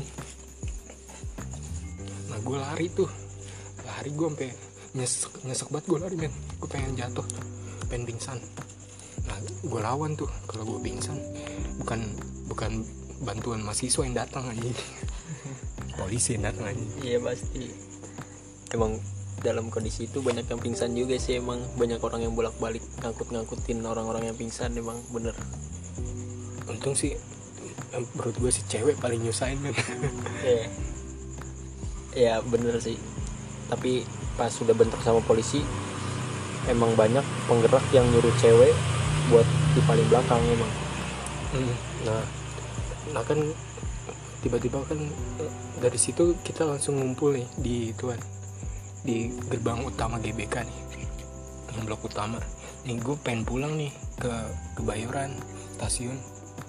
Nah gue lari tuh, lari gue sampai nyesek nyesek banget gue lari men. Gue pengen jatuh, pengen pingsan. Nah gue lawan tuh, kalau gue pingsan bukan bukan bantuan mahasiswa yang datang aja, polisi yang datang aja. Iya pasti. Emang dalam kondisi itu banyak yang pingsan juga sih, emang banyak orang yang bolak-balik ngangkut-ngangkutin orang-orang yang pingsan, emang bener. Untung sih menurut gue si cewek paling nyusahin men. Iya. Ya bener sih. Tapi pas sudah bentrok sama polisi, emang banyak penggerak yang nyuruh cewek buat di paling belakang emang. Hmm. Nah, nah kan tiba-tiba kan dari situ kita langsung ngumpul nih di tuan di gerbang utama G B K nih, yang blok utama. Nih gue pengen pulang nih ke Kebayoran stasiun,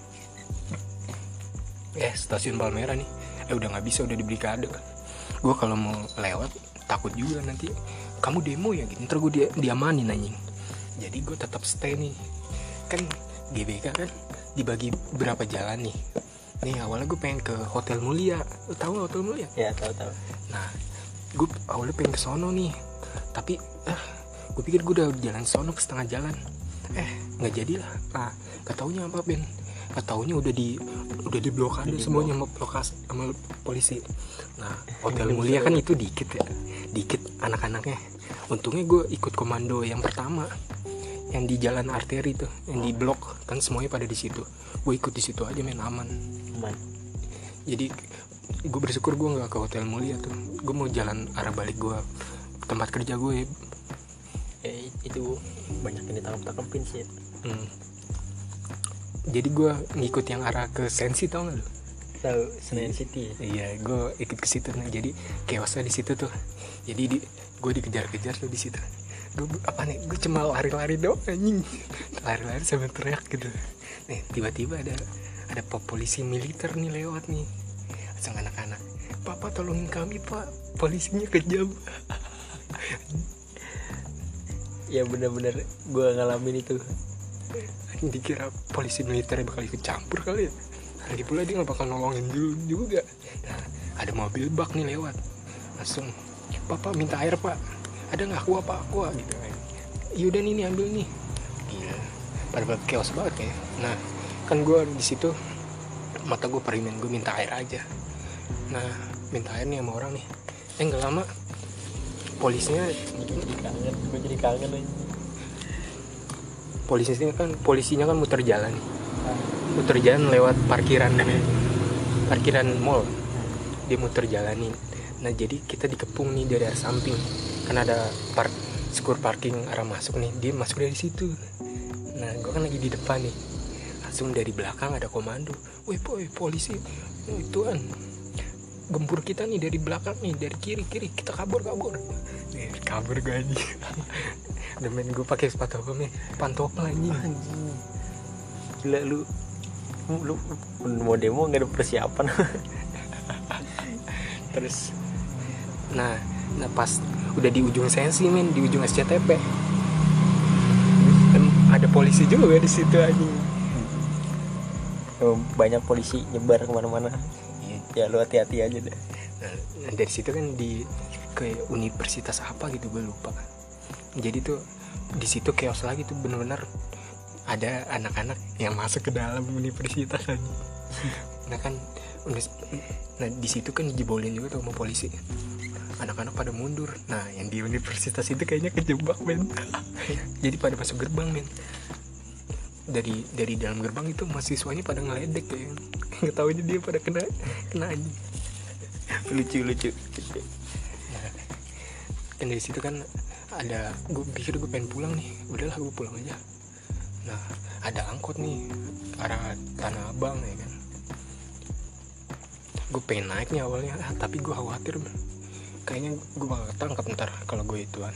eh stasiun Palmera nih. Eh udah nggak bisa, udah diberi kado. Gue kalau mau lewat takut juga nanti kamu demo ya gitu, ntar gue dia diamanin anjing. Jadi gue tetap stay nih. Kan G B K kan dibagi berapa jalan nih. Nih awalnya gue pengen ke Hotel Mulia. Lo tau gak Hotel Mulia? Ya tahu-tahu. Nah gue awalnya pengen ke sono nih, tapi eh gue pikir gue udah jalan sono ke setengah jalan, eh nggak jadilah. Nah kataunya apa Ben, kataunya udah di udah di blokade semuanya sama lokasi sama polisi. Nah Hotel Mulia kan itu dikit ya, dikit anak-anaknya. Untungnya gue ikut komando yang pertama, yang di jalan arteri tuh, yang di blok kan semuanya pada di situ. Gue ikut di situ aja men, aman. Aman. Jadi gue bersyukur gue nggak ke Hotel Mulia tuh. Gue mau jalan arah balik gue tempat kerja gue. Eh itu banyak yang ditangkap-tangkapin sih. Hmm. Jadi gue ngikut yang arah ke Sensi, tau nggak lo? Tahu, Senayan City. Iya, gue ikut ke situ. Nah, jadi chaosnya di situ tuh. Jadi di, gue dikejar-kejar tuh di situ. Gue apa nih? Gue cuma lari-lari doang anjing. Lari-lari sambil teriak gitu. Nih tiba-tiba ada ada polisi militer nih lewat nih. Sang anak-anak, "Papa tolongin kami pak, polisinya kejam." Ya benar-benar gue ngalamin itu. Dikira polisi militer bakal ikut campur kali ya. Lagi pula dia gak bakal nolongin dulu juga. Nah ada mobil bak nih lewat, langsung, "Papa minta air pak, ada gak aqua pak, aqua?" gitu kan. "Yaudah nih, nih ambil nih." Gila, pada chaos banget kayak. Nah kan gue di situ mata gue perimen, gue minta air aja. Nah minta air nih sama orang nih, eh nggak lama polisinya Jadi kangen, gue jadi kangen aja. Polisinya kan polisinya kan muter jalan, muter jalan lewat parkiran parkiran mall, dia muter jalanin. Nah jadi kita dikepung nih dari arah samping, kan ada park skur parking arah masuk nih, dia masuk dari situ. Nah gue kan lagi di depan nih, langsung dari belakang ada komando, "Woi boy, polisi ituan gempur kita nih dari belakang nih, dari kiri kiri, kita kabur kabur." Nih kabur gue aja. Demen gue pakai sepatu apa nih, pantopel anjing. Gila lu, lu mau demo nggak ada persiapan. Terus nah nah pas udah di ujung Sensi men, di ujung S C T P, dan ada polisi juga di situ anjing. Banyak polisi nyebar kemana-mana. Ya lu hati-hati aja deh. Nah dari situ kan di ke universitas apa gitu gue lupa. Jadi tuh di situ chaos lagi tuh, benar-benar ada anak-anak yang masuk ke dalam universitas aja. Nah kan Nah di situ kan dijebolin juga tuh sama polisi, anak-anak pada mundur. Nah yang di universitas itu kayaknya kejebak men. Jadi pada masuk gerbang men, dari dari dalam gerbang itu mahasiswanya pada ngeledek ya, nggak tahu dia pada kena kena anjing. lucu lucu nah, kan dari situ kan ada, gue pikir gue pengen pulang nih, udahlah gue pulang aja. Nah ada angkot nih arah Tanah Abang ya kan, gue pengen naiknya awalnya, ah, tapi gue khawatir kayaknya gue bakal ketangkap ntar kalau gue ituan.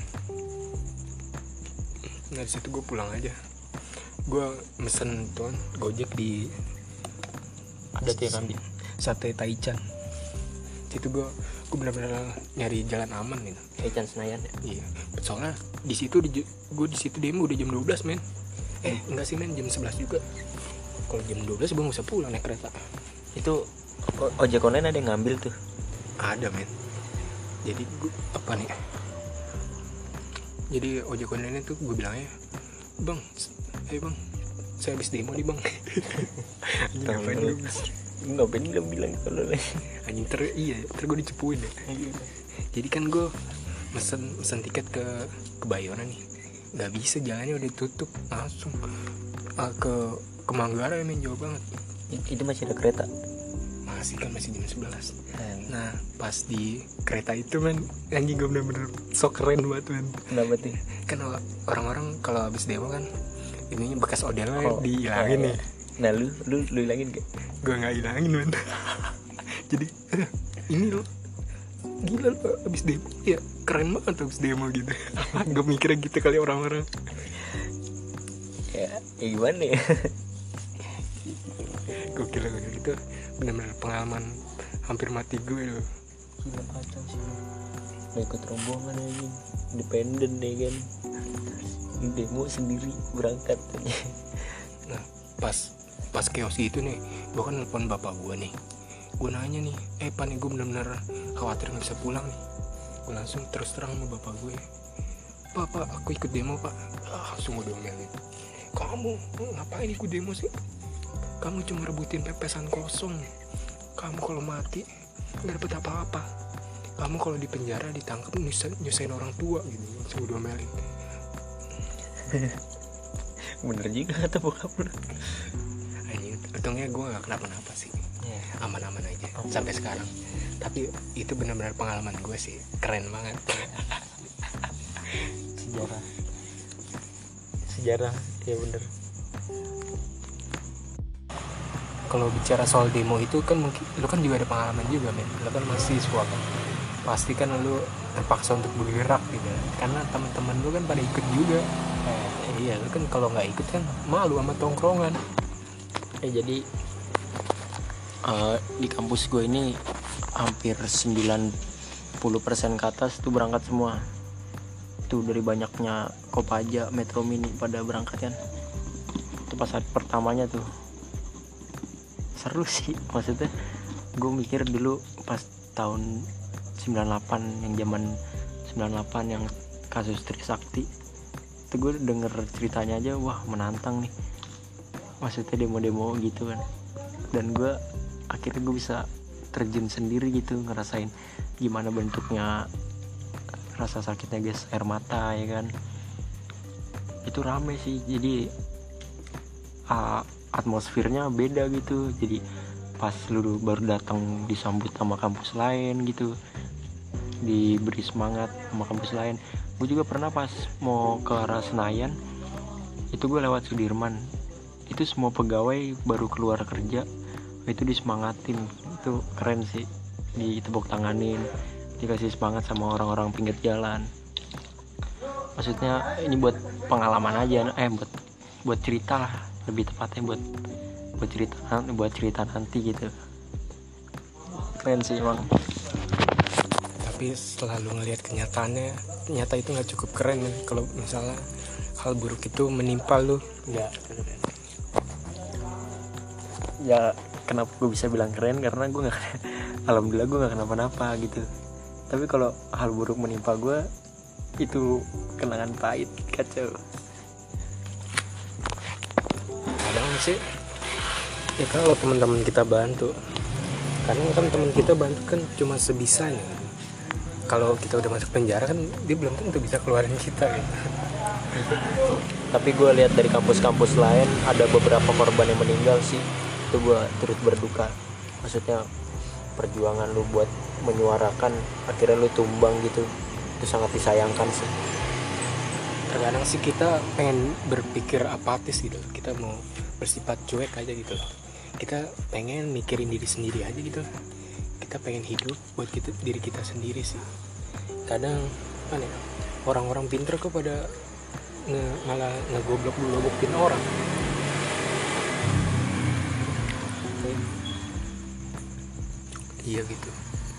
Nah di situ gue pulang aja, gue mesen tuan Gojek di ada tuh yang ambil Sate Taichan. Situ gue gue benar-benar nyari jalan aman gitu. Taichan Senayan ya. Iya. Soalnya di situ di, gue di situ demo udah jam dua belas men. Eh enggak sih men, jam sebelas juga. Kalau jam dua belas gue nggak usah pulang naik kereta. Itu o- ojek online ada yang ngambil tuh. Ada men. Jadi gue apa nih? Jadi ojek online itu gue bilangnya, bang, eh bang, saya habis demo nih bang. Anjing ngapain lu? Ngapain lu bilang kalau Anjing ter iya, ter gue dicepuin ya. Jadi kan gue mesen mesen tiket ke Kebayoran nih, nggak bisa, jalannya udah tutup langsung uh, ke ke Manggarai men, jauh banget. Itu masih ada kereta? Masih kan, masih jam sebelas. Hmm. Nah pas di kereta itu men, anjing gue bener-bener sok keren banget men. Kenapa tuh? Kan orang-orang kalau habis demo kan ininya bekas odelnya Oh, dihilangin ya, nih. Nah lu lu lu hilangin gak? Gue nggak hilangin men. Jadi eh, ini lo gila lo abis demo ya, keren banget abis demo gitu. Gue mikirnya gitu kali orang-orang. Ya, ya gimana ya? Gue kira gue gitu benar-benar pengalaman hampir mati gue loh. Gila kacau sih. Mau ikut rombongan aja, independen deh kan. Demo sendiri berangkat aja. Nah pas pas chaos itu nih, gue kan nelpon bapak gue nih. Gue nanya nih, eh pan gue benar-benar khawatir nggak bisa pulang nih. Gue langsung terus terang sama bapak gue, pak pak aku ikut demo pak. Ah, langsung gue domelin, kamu ngapain ikut demo sih? Kamu cuma rebutin pepesan kosong. Kamu kalau mati nggak dapet apa-apa. Kamu kalau di penjara ditangkap nyusahin, nyusahin orang tua gitu. Langsung gue domelin. Bener juga kata bokap lu. Anjing, untungnya gue gak kenapa-napa sih, aman-aman aja sampai sekarang. Tapi itu benar-benar pengalaman gue sih, keren banget. Sejarah Sejarah, ya bener. Kalau bicara soal demo itu kan mungkin lu kan juga ada pengalaman juga men, lu kan mahasiswa kan, pasti kan lu terpaksa untuk bergerak gitu, karena teman-teman lu kan pada ikut juga. Eh, iya, lu kan kalau nggak ikut kan malu sama tongkrongan. Ya jadi uh, di kampus gue ini hampir sembilan puluh persen ke atas tuh berangkat semua. Tuh dari banyaknya Kopaja, Metro Mini pada berangkat kan. Itu pas hari pertamanya tuh seru sih, maksudnya gue mikir dulu pas tahun sembilan puluh delapan yang zaman sembilan puluh delapan yang kasus Trisakti itu, gue denger ceritanya aja wah menantang nih, maksudnya demo-demo gitu kan. Dan gue akhirnya gue bisa terjun sendiri gitu, ngerasain gimana bentuknya rasa sakitnya gas air mata ya kan. Itu rame sih, jadi uh, atmosfernya beda gitu. Jadi pas lu baru datang disambut sama kampus lain gitu, diberi semangat sama kampus lain. Gue juga pernah pas mau ke arah Senayan itu gue lewat Sudirman, itu semua pegawai baru keluar kerja itu disemangatin. Itu keren sih, ditepuk tanganin, dikasih semangat sama orang-orang pinggir jalan. Maksudnya ini buat pengalaman aja, eh buat buat cerita lah, lebih tepatnya buat buat cerita buat cerita nanti gitu. Keren sih emang. Tapi setelah lu ngelihat kenyataannya, ternyata itu nggak cukup keren kan. Kalau misalnya hal buruk itu menimpa lu, Ya, ya kenapa gue bisa bilang keren, karena gue nggak, alhamdulillah gue nggak kenapa-napa gitu. Tapi kalau hal buruk menimpa gue, itu kenangan pahit, kacau. kadang sih ya kalau teman-teman kita bantu, Kadang kan teman kita bantu kan cuma sebisanya. Kalau kita udah masuk penjara kan dia belum tentu bisa keluarin kita gitu. Tapi gue lihat dari kampus-kampus lain ada beberapa korban yang meninggal sih, itu gue turut berduka. Maksudnya perjuangan lu buat menyuarakan akhirnya lu tumbang gitu, itu sangat disayangkan sih. Terkadang sih kita pengen berpikir apatis gitu, kita mau bersifat cuek aja gitu loh. Kita pengen mikirin diri sendiri aja gitu, kita pengen hidup buat kita, diri kita sendiri sih. Kadang kan ya, orang-orang pinter kok pada nge, malah ngegoblok-goblokin orang. Iya gitu.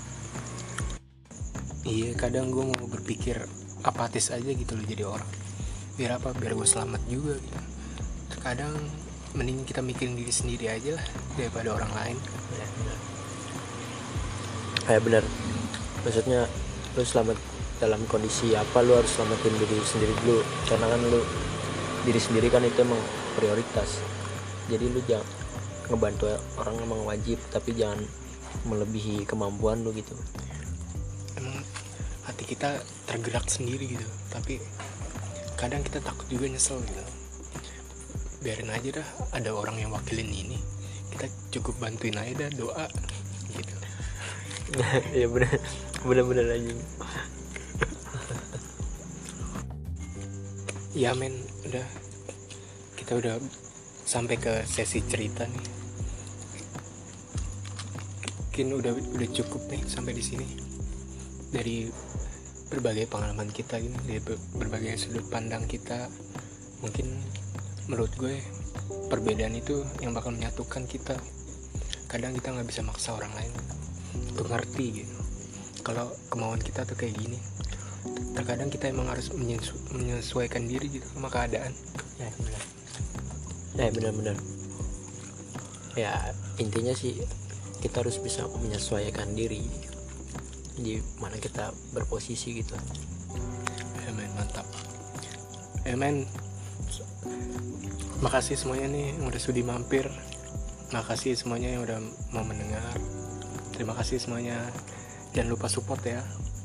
Iya, kadang gue mau berpikir apatis aja gitu loh jadi orang. Biar apa? Biar gue selamat juga gitu. Terkadang mending kita mikirin diri sendiri aja lah daripada orang lain. Ya benar. Kayak benar. Maksudnya lu selamat dalam kondisi apa, lu harus selamatin diri sendiri dulu. Karena kan lu diri sendiri kan itu emang prioritas. Jadi lu jangan ngebantu orang emang wajib, tapi jangan melebihi kemampuan lu gitu. Emang hati kita tergerak sendiri gitu, tapi kadang kita takut juga nyesel gitu. Biarin aja dah, ada orang yang wakilin ini, kita cukup bantuin aja dah, doa gitu. Ya benar, benar-benar anjing. Ya men, udah kita udah sampai ke sesi cerita nih. Mungkin udah udah cukup nih sampai di sini. Dari berbagai pengalaman kita gini, dari berbagai sudut pandang kita, mungkin menurut gue perbedaan itu yang bakal menyatukan kita. Kadang kita nggak bisa maksa orang lain untuk ngerti gitu. Kalau kemauan kita tuh kayak gini, terkadang kita emang harus menyesu- menyesuaikan diri gitu sama keadaan. Ya benar. Ya benar-benar. Ya intinya sih kita harus bisa menyesuaikan diri di mana kita berposisi gitu. Ya men, mantap. Ya men, makasih semuanya nih yang udah sudi mampir. Makasih semuanya yang udah mau mendengar. Terima kasih semuanya. Jangan lupa support ya.